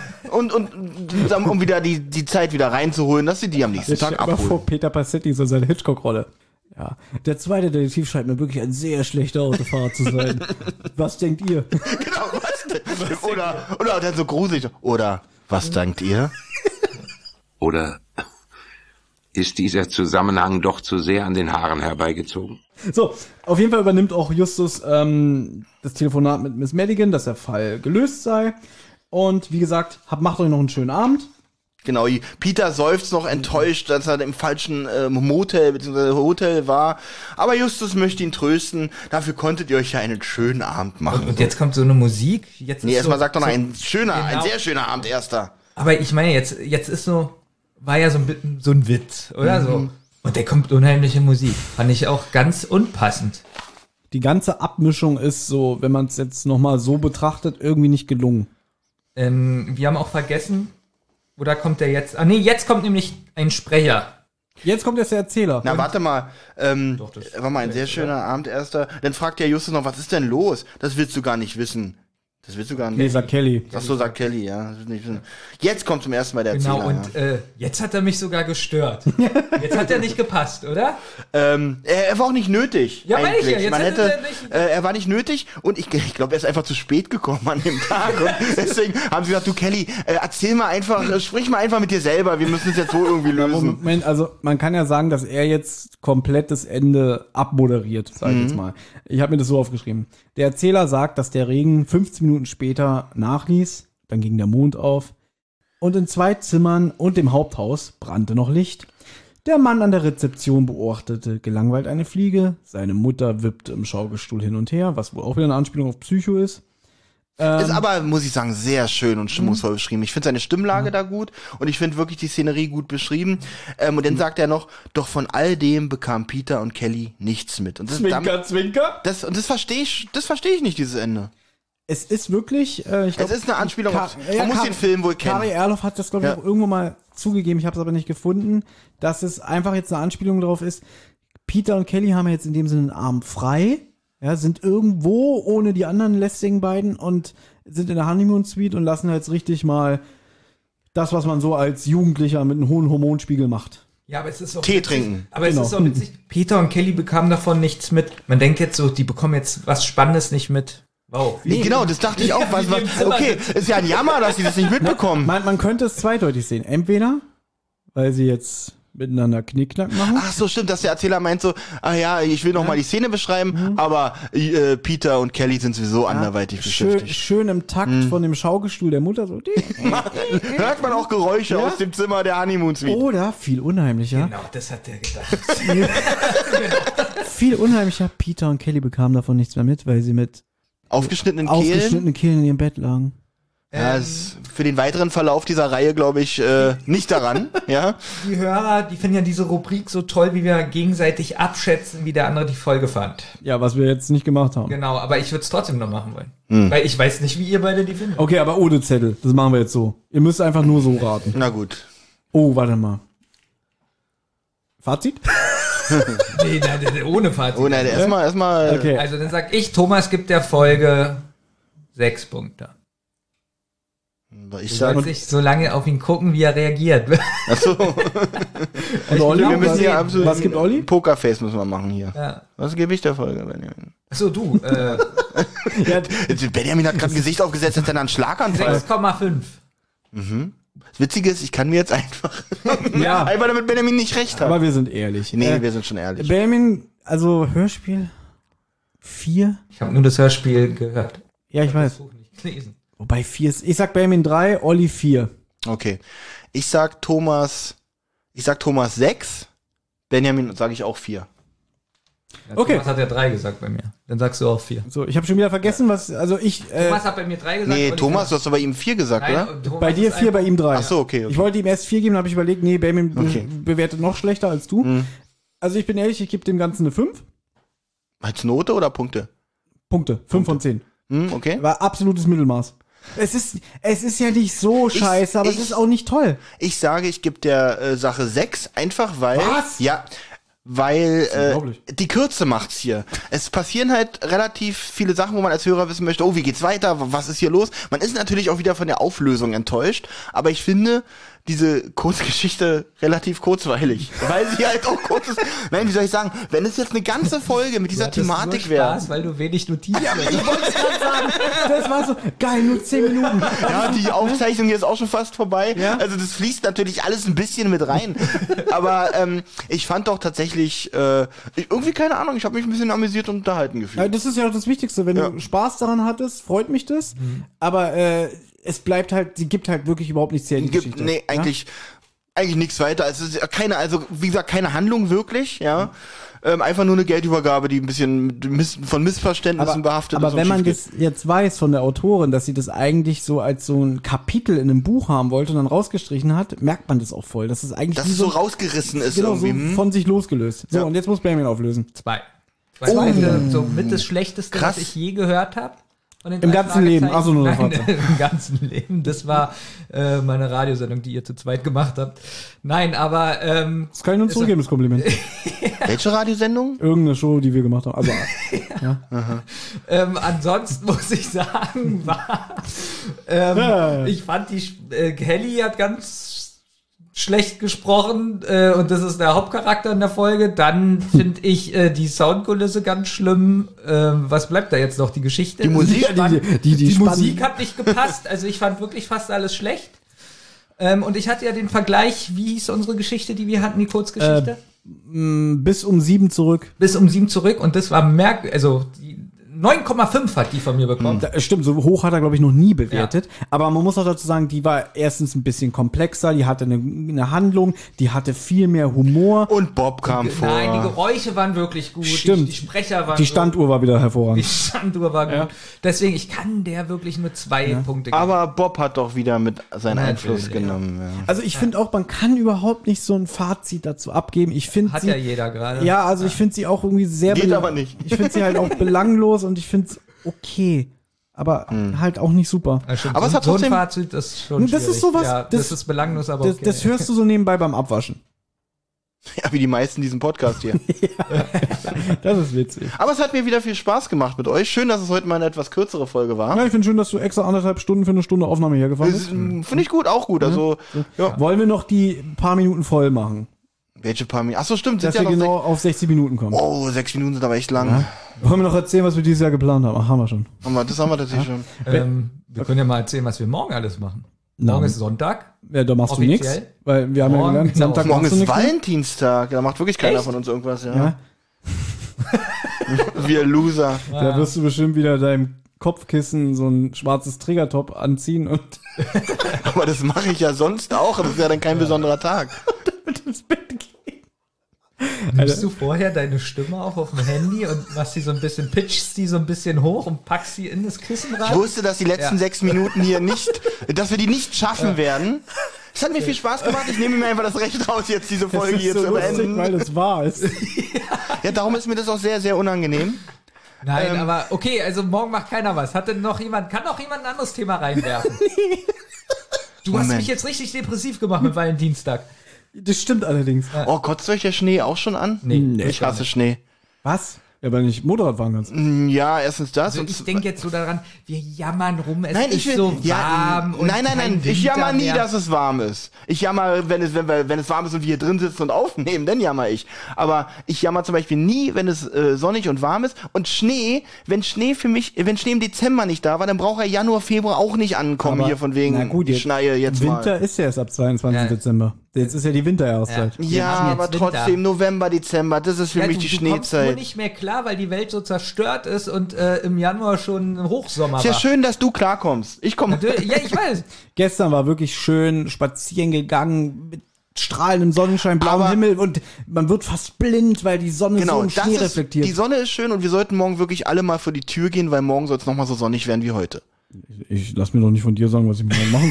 Speaker 3: um wieder die Zeit wieder reinzuholen, dass sie die am nächsten
Speaker 1: Jetzt stell
Speaker 3: Tag
Speaker 1: dir mal
Speaker 3: abholen.
Speaker 1: vor, Peter Passetti, so seine Hitchcock-Rolle. Ja. Der zweite Detektiv scheint mir wirklich ein sehr schlechter Autofahrer zu sein. Was denkt ihr?
Speaker 3: Genau, was denn? Oder dann so gruselig. Oder was denkt ihr?
Speaker 6: Oder ist dieser Zusammenhang doch zu sehr an den Haaren herbeigezogen?
Speaker 1: So, auf jeden Fall übernimmt auch Justus das Telefonat mit Miss Madigan, dass der Fall gelöst sei. Und wie gesagt, macht euch noch einen schönen Abend.
Speaker 3: Genau, Peter seufzt noch enttäuscht, dass er im falschen Motel bzw. Hotel war. Aber Justus möchte ihn trösten. Dafür konntet ihr euch ja einen schönen Abend machen.
Speaker 2: Und jetzt kommt so eine Musik. Jetzt
Speaker 3: Nee,
Speaker 2: ist
Speaker 3: erstmal
Speaker 2: so,
Speaker 3: sagt doch noch
Speaker 2: so,
Speaker 3: ein
Speaker 2: genau.
Speaker 3: sehr schöner Abend erster.
Speaker 2: Aber ich meine, jetzt ist so, war ja so ein Witz, oder so. Und der kommt unheimliche Musik. Fand ich auch ganz unpassend.
Speaker 1: Die ganze Abmischung ist so, wenn man es jetzt nochmal so betrachtet, irgendwie nicht gelungen.
Speaker 2: Wir haben auch vergessen, oder kommt der jetzt? Ah nee, jetzt kommt nämlich ein Sprecher.
Speaker 1: Jetzt kommt jetzt der Erzähler.
Speaker 3: Na, warte mal.
Speaker 2: Doch, das
Speaker 3: War mal ein sehr schöner Abend, erster. Dann fragt der Justus noch, was ist denn los? Das willst du gar nicht wissen. Das willst du gar nicht.
Speaker 1: Nee, sagt Kelly.
Speaker 3: Ach so, sagt Kelly, ja. Das ist nicht wissen. Jetzt kommt zum ersten Mal der
Speaker 2: Genau,
Speaker 3: Erzähler.
Speaker 2: und jetzt hat er mich sogar gestört. Jetzt hat er nicht gepasst, oder?
Speaker 3: Er war auch nicht nötig.
Speaker 2: Ja, meine ich
Speaker 3: eigentlich.
Speaker 2: ja. Jetzt
Speaker 3: Man
Speaker 2: hätte
Speaker 3: hätte,
Speaker 2: er nicht-
Speaker 3: er war nicht nötig und ich glaube, er ist einfach zu spät gekommen an dem Tag. Und deswegen haben sie gesagt, du Kelly, erzähl mal einfach, sprich mal einfach mit dir selber. Wir müssen es jetzt so irgendwie lösen.
Speaker 1: Moment, also man kann ja sagen, dass er jetzt komplett das Ende abmoderiert, sag ich jetzt mal. Ich habe mir das so aufgeschrieben. Der Erzähler sagt, dass der Regen 15 Minuten später nachließ, dann ging der Mond auf und in 2 Zimmern und dem Haupthaus brannte noch Licht. Der Mann an der Rezeption beobachtete gelangweilt eine Fliege, seine Mutter wippte im Schaukelstuhl hin und her, was wohl auch wieder eine Anspielung auf Psycho ist.
Speaker 3: Ist aber, muss ich sagen, sehr schön und stimmungsvoll beschrieben. Ich finde seine Stimmlage da gut und ich finde wirklich die Szenerie gut beschrieben. Und dann sagt er noch, doch von all dem bekam Peter und Kelly nichts mit. Und das,
Speaker 1: Zwinker.
Speaker 3: das verstehe ich nicht, dieses Ende.
Speaker 1: Es ist wirklich, ich glaub,
Speaker 3: Es ist eine Anspielung auf,
Speaker 1: ja,
Speaker 3: man muss den Film wohl
Speaker 1: Kari
Speaker 3: kennen.
Speaker 1: Erloff hat das, glaube ich,
Speaker 3: Ja.
Speaker 1: auch irgendwo mal zugegeben, ich habe es aber nicht gefunden, dass es einfach jetzt eine Anspielung darauf ist, Peter und Kelly haben ja jetzt in dem Sinne einen Arm frei, ja, sind irgendwo ohne die anderen lästigen beiden und sind in der Honeymoon Suite und lassen jetzt richtig mal das, was man so als Jugendlicher mit einem hohen Hormonspiegel macht.
Speaker 2: Ja, aber es ist auch
Speaker 3: Tee
Speaker 2: witzig.
Speaker 3: trinken.
Speaker 2: Aber
Speaker 1: Genau.
Speaker 2: es ist auch witzig. Peter und Kelly bekamen davon nichts mit. Man denkt jetzt so, die bekommen jetzt was Spannendes nicht mit. Wow.
Speaker 3: Nee, genau, das dachte ich auch. Okay, ist ja ein Jammer, dass sie das nicht mitbekommen.
Speaker 1: Man könnte es zweideutig sehen. Entweder, weil sie jetzt miteinander Knickknack machen.
Speaker 3: Ach so, stimmt, dass der Erzähler meint so, ich will noch mal die Szene beschreiben, aber Peter und Kelly sind sowieso anderweitig beschäftigt.
Speaker 1: Schön im Takt von dem Schaukelstuhl der Mutter so.
Speaker 3: Hört man auch Geräusche
Speaker 1: Ja?
Speaker 3: aus dem Zimmer der Honeymoon Suite.
Speaker 1: Oder viel unheimlicher.
Speaker 2: Genau, das hat der gedacht.
Speaker 1: Viel unheimlicher. Peter und Kelly bekamen davon nichts mehr mit, weil sie mit
Speaker 3: Aufgeschnittenen Kehlen.
Speaker 1: aufgeschnittenen Kehlen in ihrem Bett lagen.
Speaker 3: Ja, ist für den weiteren Verlauf dieser Reihe, glaube ich, nicht daran. Ja.
Speaker 2: Die Hörer, die finden ja diese Rubrik so toll, wie wir gegenseitig abschätzen, wie der andere die Folge fand.
Speaker 1: Ja, was wir jetzt nicht gemacht haben.
Speaker 2: Genau, aber ich würde es trotzdem noch machen wollen. Weil ich weiß nicht, wie ihr beide die findet.
Speaker 1: Okay, aber ohne Zettel. Das machen wir jetzt so. Ihr müsst einfach nur so raten.
Speaker 3: Na gut.
Speaker 1: Oh, warte mal. Fazit?
Speaker 2: Nee, nein, ohne Fazit.
Speaker 3: Oh nein, erstmal.
Speaker 1: Okay.
Speaker 2: Also dann sag ich, Thomas gibt der Folge 6 Punkte.
Speaker 3: Ich
Speaker 2: Du
Speaker 3: sag,
Speaker 2: sollst nicht so lange auf ihn gucken, wie er reagiert.
Speaker 3: achso,
Speaker 1: Und Olli?
Speaker 3: wir müssen hier
Speaker 1: was,
Speaker 3: absolut
Speaker 1: was gibt Olli?
Speaker 3: Pokerface müssen wir machen hier.
Speaker 2: Ja.
Speaker 3: Was gebe ich der Folge, Benjamin?
Speaker 2: Achso, du,
Speaker 1: Ja,
Speaker 3: Benjamin hat gerade ein Gesicht aufgesetzt, hat dann einen Schlaganfall.
Speaker 2: 6,5.
Speaker 3: Das Witzige ist, ich kann mir jetzt einfach,
Speaker 1: ja,
Speaker 3: einfach damit Benjamin nicht recht hat.
Speaker 1: aber wir sind ehrlich.
Speaker 3: Nee, wir sind schon ehrlich.
Speaker 1: Benjamin, also Hörspiel 4?
Speaker 2: Ich habe nur das Hörspiel gehört.
Speaker 1: Ja, ich weiß.
Speaker 2: Das Buch nicht gelesen.
Speaker 1: Wobei 4 ist. Ich sag Benjamin 3, Olli 4.
Speaker 3: Okay. Ich sag Thomas 6, Benjamin sage ich auch 4.
Speaker 2: Ja,
Speaker 1: Okay.
Speaker 2: Thomas hat ja 3 gesagt bei mir. Dann sagst du auch 4.
Speaker 1: So, ich habe schon wieder vergessen, was. Also ich.
Speaker 2: Thomas hat bei mir 3 gesagt.
Speaker 3: Nee,
Speaker 2: und
Speaker 3: Thomas, du hast doch bei ihm 4 gesagt,
Speaker 2: Nein,
Speaker 3: oder?
Speaker 2: und Thomas
Speaker 1: bei dir
Speaker 2: ist
Speaker 1: 4, bei ihm 3.
Speaker 3: Ach so, okay.
Speaker 1: Ich wollte ihm erst 4 geben, dann habe ich überlegt, nee, Benjamin
Speaker 3: Okay.
Speaker 1: bewertet noch schlechter als du. Also ich bin ehrlich, ich gebe dem Ganzen eine 5.
Speaker 3: Als Note oder Punkte?
Speaker 1: Punkte. 5 von 10.
Speaker 3: Okay.
Speaker 1: War absolutes Mittelmaß. Es ist ja nicht so scheiße, aber es ist auch nicht toll.
Speaker 3: Ich sage, ich gebe der Sache 6, einfach weil.
Speaker 1: Was?
Speaker 3: Ja. Weil
Speaker 1: unglaublich.
Speaker 3: die Kürze macht's hier. Es passieren halt relativ viele Sachen, wo man als Hörer wissen möchte, oh, wie geht's weiter, was ist hier los? Man ist natürlich auch wieder von der Auflösung enttäuscht, aber ich finde diese Kurzgeschichte relativ kurzweilig, weil sie halt auch kurz ist. Nein, wie soll ich sagen, wenn es jetzt eine ganze Folge mit dieser Thematik wäre.
Speaker 2: Spaß, weil du wenig Notizen hast.
Speaker 1: Ich wollte es gerade sagen. Das war so geil, nur 10 Minuten.
Speaker 3: Ja, die Aufzeichnung hier ist auch schon fast vorbei.
Speaker 1: Ja?
Speaker 3: Also das fließt natürlich alles ein bisschen mit rein. Aber ich fand doch tatsächlich, irgendwie keine Ahnung, ich habe mich ein bisschen amüsiert und unterhalten
Speaker 1: Ja,
Speaker 3: gefühlt.
Speaker 1: das ist ja auch das Wichtigste. Wenn
Speaker 3: Ja.
Speaker 1: du Spaß daran hattest, freut mich das. Aber es bleibt halt, sie gibt halt wirklich überhaupt nichts her in die Geschichte.
Speaker 3: Nee,
Speaker 1: Ja?
Speaker 3: Eigentlich nichts weiter. Also wie gesagt, keine Handlung wirklich, ja. Einfach nur eine Geldübergabe, die ein bisschen von Missverständnissen behaftet ist.
Speaker 1: Aber wenn man das jetzt weiß von der Autorin, dass sie das eigentlich so als so ein Kapitel in einem Buch haben wollte und dann rausgestrichen hat, merkt man das auch voll. Das ist eigentlich
Speaker 3: dass es so rausgerissen ist
Speaker 1: genau,
Speaker 3: irgendwie.
Speaker 1: so von sich losgelöst. So, und jetzt muss Benjamin auflösen.
Speaker 2: 2. So mit das Schlechteste, was ich je gehört habe.
Speaker 1: Im ganzen Leben, also nur
Speaker 2: Nein, im ganzen Leben. Das war meine Radiosendung, die ihr zu zweit gemacht habt. Nein, aber
Speaker 1: das kann ich nur zurückgeben, das Kompliment.
Speaker 3: Welche Radiosendung?
Speaker 1: Irgendeine Show, die wir gemacht haben. Also,
Speaker 2: ansonsten muss ich sagen, ich fand Kelly hat ganz schlecht gesprochen und das ist der Hauptcharakter in der Folge. Dann finde ich die Soundkulisse ganz schlimm. Was bleibt da jetzt noch? Die Geschichte?
Speaker 3: Die Musik,
Speaker 2: die Musik hat nicht gepasst. Also ich fand wirklich fast alles schlecht. Und ich hatte ja den Vergleich, wie hieß unsere Geschichte, die wir hatten, die Kurzgeschichte?
Speaker 1: Bis um 7 zurück.
Speaker 2: Bis um 7 zurück und das war die 9,5 hat die von mir bekommen.
Speaker 1: Stimmt, so hoch hat er, glaube ich, noch nie bewertet. Ja. Aber man muss auch dazu sagen, die war erstens ein bisschen komplexer, die hatte eine Handlung, die hatte viel mehr Humor.
Speaker 3: Und Bob kam vor.
Speaker 2: Nein, die Geräusche waren wirklich gut.
Speaker 1: Stimmt.
Speaker 2: Die Sprecher waren
Speaker 1: Die Standuhr war wieder hervorragend.
Speaker 2: Die Standuhr war gut. Ja. Deswegen, ich kann der wirklich nur 2 Punkte geben.
Speaker 3: Aber Bob hat doch wieder mit seinen Einfluss genommen. Ja.
Speaker 1: Also ich finde auch, man kann überhaupt nicht so ein Fazit dazu abgeben. Ich finde
Speaker 2: hat ja jeder gerade.
Speaker 1: Ja, also ich finde sie auch irgendwie sehr
Speaker 3: geht aber nicht.
Speaker 1: Ich finde sie halt auch belanglos und ich finde es okay, aber halt auch nicht super.
Speaker 2: Ja, aber es hat so ein Fazit, das ist schon
Speaker 1: das ist sowas,
Speaker 2: ja, das ist belanglos, aber okay.
Speaker 1: Das hörst du so nebenbei beim Abwaschen.
Speaker 3: Ja, wie die meisten diesen Podcast hier.
Speaker 1: Das ist witzig.
Speaker 3: Aber es hat mir wieder viel Spaß gemacht mit euch. Schön, dass es heute mal eine etwas kürzere Folge war.
Speaker 1: Ja, ich finde schön, dass du extra 1,5 Stunden für eine Stunde Aufnahme hergefahren bist.
Speaker 3: Finde ich gut, auch gut. Also,
Speaker 1: ja. Wollen wir noch die paar Minuten voll machen?
Speaker 3: Welche paar Minuten? Achso, stimmt.
Speaker 1: Dass wir genau auf 60 Minuten kommen.
Speaker 3: Oh, 6 Minuten sind aber echt lang.
Speaker 1: Ja. Wollen wir noch erzählen, was wir dieses Jahr geplant haben? Ach, haben wir schon.
Speaker 3: Das haben wir tatsächlich schon.
Speaker 2: Wir können ja mal erzählen, was wir morgen alles machen. Morgen ist Sonntag.
Speaker 1: Ja, da machst
Speaker 2: offiziell.
Speaker 1: Du nichts. Weil wir haben ja gelernt, Sonntag
Speaker 3: morgen ist
Speaker 1: nix
Speaker 3: Valentinstag. Da macht wirklich keiner von uns irgendwas. Ja. Wir Loser.
Speaker 1: Da wirst du bestimmt wieder deinem Kopfkissen so ein schwarzes Triggertop anziehen und.
Speaker 3: Aber das mache ich ja sonst auch. Das ist ja dann kein besonderer Tag.
Speaker 1: Damit ins Bett gehen.
Speaker 2: Nimmst du vorher deine Stimme auf dem Handy und machst die so ein bisschen, pitchst die so ein bisschen hoch und packst sie in das Kissen rein?
Speaker 3: Ich wusste, dass die letzten 6 Minuten hier dass wir die nicht schaffen werden. Es hat mir viel Spaß gemacht. Ich nehme mir einfach das Recht raus, jetzt diese Folge hier
Speaker 1: so
Speaker 3: zu beenden.
Speaker 1: Weil es wahr ist.
Speaker 3: Ja, darum ist mir das auch sehr, sehr unangenehm.
Speaker 2: Nein, aber okay, also morgen macht keiner was. Kann noch jemand ein anderes Thema reinwerfen? Nee. Du hast mich jetzt richtig depressiv gemacht mit Valentinstag.
Speaker 1: Das stimmt allerdings.
Speaker 3: Oh, kotzt euch der Schnee auch schon an?
Speaker 2: Nee.
Speaker 3: Ich hasse Schnee.
Speaker 1: Was? Ja, weil ich Motorrad fahren kannst.
Speaker 3: Ja, erstens das.
Speaker 2: Also ich denke jetzt so daran, wir jammern rum, es
Speaker 3: nein,
Speaker 2: ist so warm. Und
Speaker 3: nein, ich jammer nie, dass es warm ist. Ich jammer, wenn es warm ist und wir hier drin sitzen und aufnehmen, dann jammer ich. Aber ich jammer zum Beispiel nie, wenn es sonnig und warm ist. Und Schnee, wenn Schnee im Dezember nicht da war, dann braucht er Januar, Februar auch nicht ankommen, aber hier von wegen,
Speaker 1: na gut,
Speaker 3: ich schneie jetzt
Speaker 1: Winter
Speaker 3: mal.
Speaker 1: Ist ja erst ab 22. Dezember. Jetzt ist ja die Winterjahreszeit.
Speaker 3: Ja, aber trotzdem November, Dezember, das ist für mich die Schneezeit.
Speaker 2: Du kommst nur nicht mehr klar, weil die Welt so zerstört ist und im Januar schon Hochsommer war.
Speaker 3: Ist ja schön, dass du klarkommst. Ich komme.
Speaker 2: Ja, ich weiß.
Speaker 1: Gestern war wirklich schön spazieren gegangen mit strahlendem Sonnenschein, blauem Himmel und man wird fast blind, weil die Sonne so im Schnee reflektiert.
Speaker 3: Die Sonne ist schön und wir sollten morgen wirklich alle mal vor die Tür gehen, weil morgen soll es nochmal so sonnig werden wie heute.
Speaker 1: Ich lass mir doch nicht von dir sagen, was ich morgen machen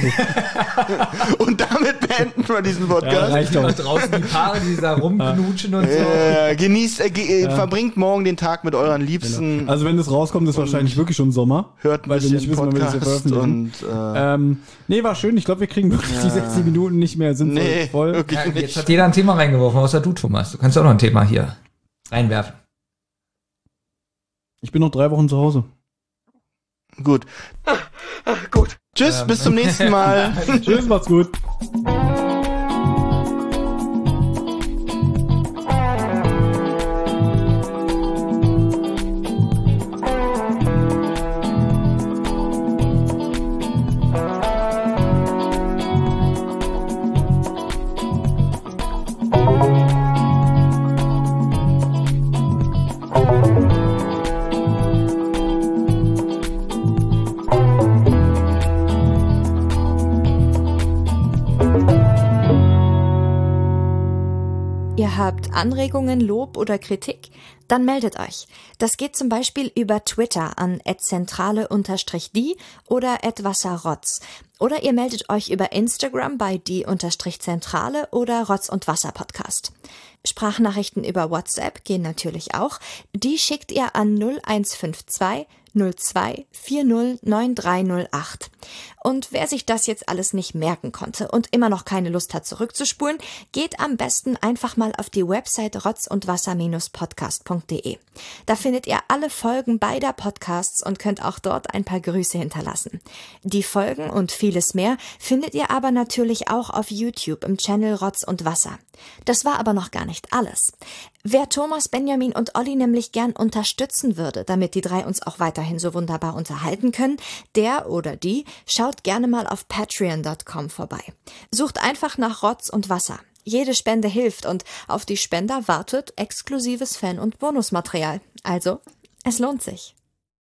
Speaker 1: soll.
Speaker 3: Und damit beenden wir diesen Podcast.
Speaker 1: Ja, reicht doch.
Speaker 2: Draußen die Paare, die da rumknutschen und so.
Speaker 3: Genießt, verbringt morgen den Tag mit euren Liebsten.
Speaker 1: Genau. Also wenn das rauskommt, ist wahrscheinlich wirklich schon Sommer.
Speaker 3: Hört
Speaker 1: weil wir nicht wissen, wann wir das hier veröffentlichen. Nee, war schön. Ich glaube, wir kriegen wirklich die 60 Minuten nicht mehr sinnvoll voll.
Speaker 3: Wirklich nicht.
Speaker 2: Jetzt hat jeder ein Thema reingeworfen, außer du, Thomas. Du kannst auch noch ein Thema hier reinwerfen.
Speaker 1: Ich bin noch 3 Wochen zu Hause.
Speaker 3: Gut. Gut. Tschüss, bis zum nächsten Mal.
Speaker 1: Tschüss, macht's gut.
Speaker 7: Habt Anregungen, Lob oder Kritik? Dann meldet euch. Das geht zum Beispiel über Twitter an @zentrale_die oder @wasserrotz. Oder ihr meldet euch über Instagram bei die_zentrale oder Rotz und Wasser Podcast. Sprachnachrichten über WhatsApp gehen natürlich auch. Die schickt ihr an 0152 02 40 9308. Und wer sich das jetzt alles nicht merken konnte und immer noch keine Lust hat zurückzuspulen, geht am besten einfach mal auf die Website rotzundwasser-podcast.de. Da findet ihr alle Folgen beider Podcasts und könnt auch dort ein paar Grüße hinterlassen. Die Folgen und vieles mehr findet ihr aber natürlich auch auf YouTube im Channel Rotz und Wasser. Das war aber noch gar nicht alles. Wer Thomas, Benjamin und Olli nämlich gern unterstützen würde, damit die drei uns auch weiterhin so wunderbar unterhalten können, der oder die schaut gerne mal auf patreon.com vorbei. Sucht einfach nach Rotz und Wasser. Jede Spende hilft und auf die Spender wartet exklusives Fan- und Bonusmaterial. Also, es lohnt sich.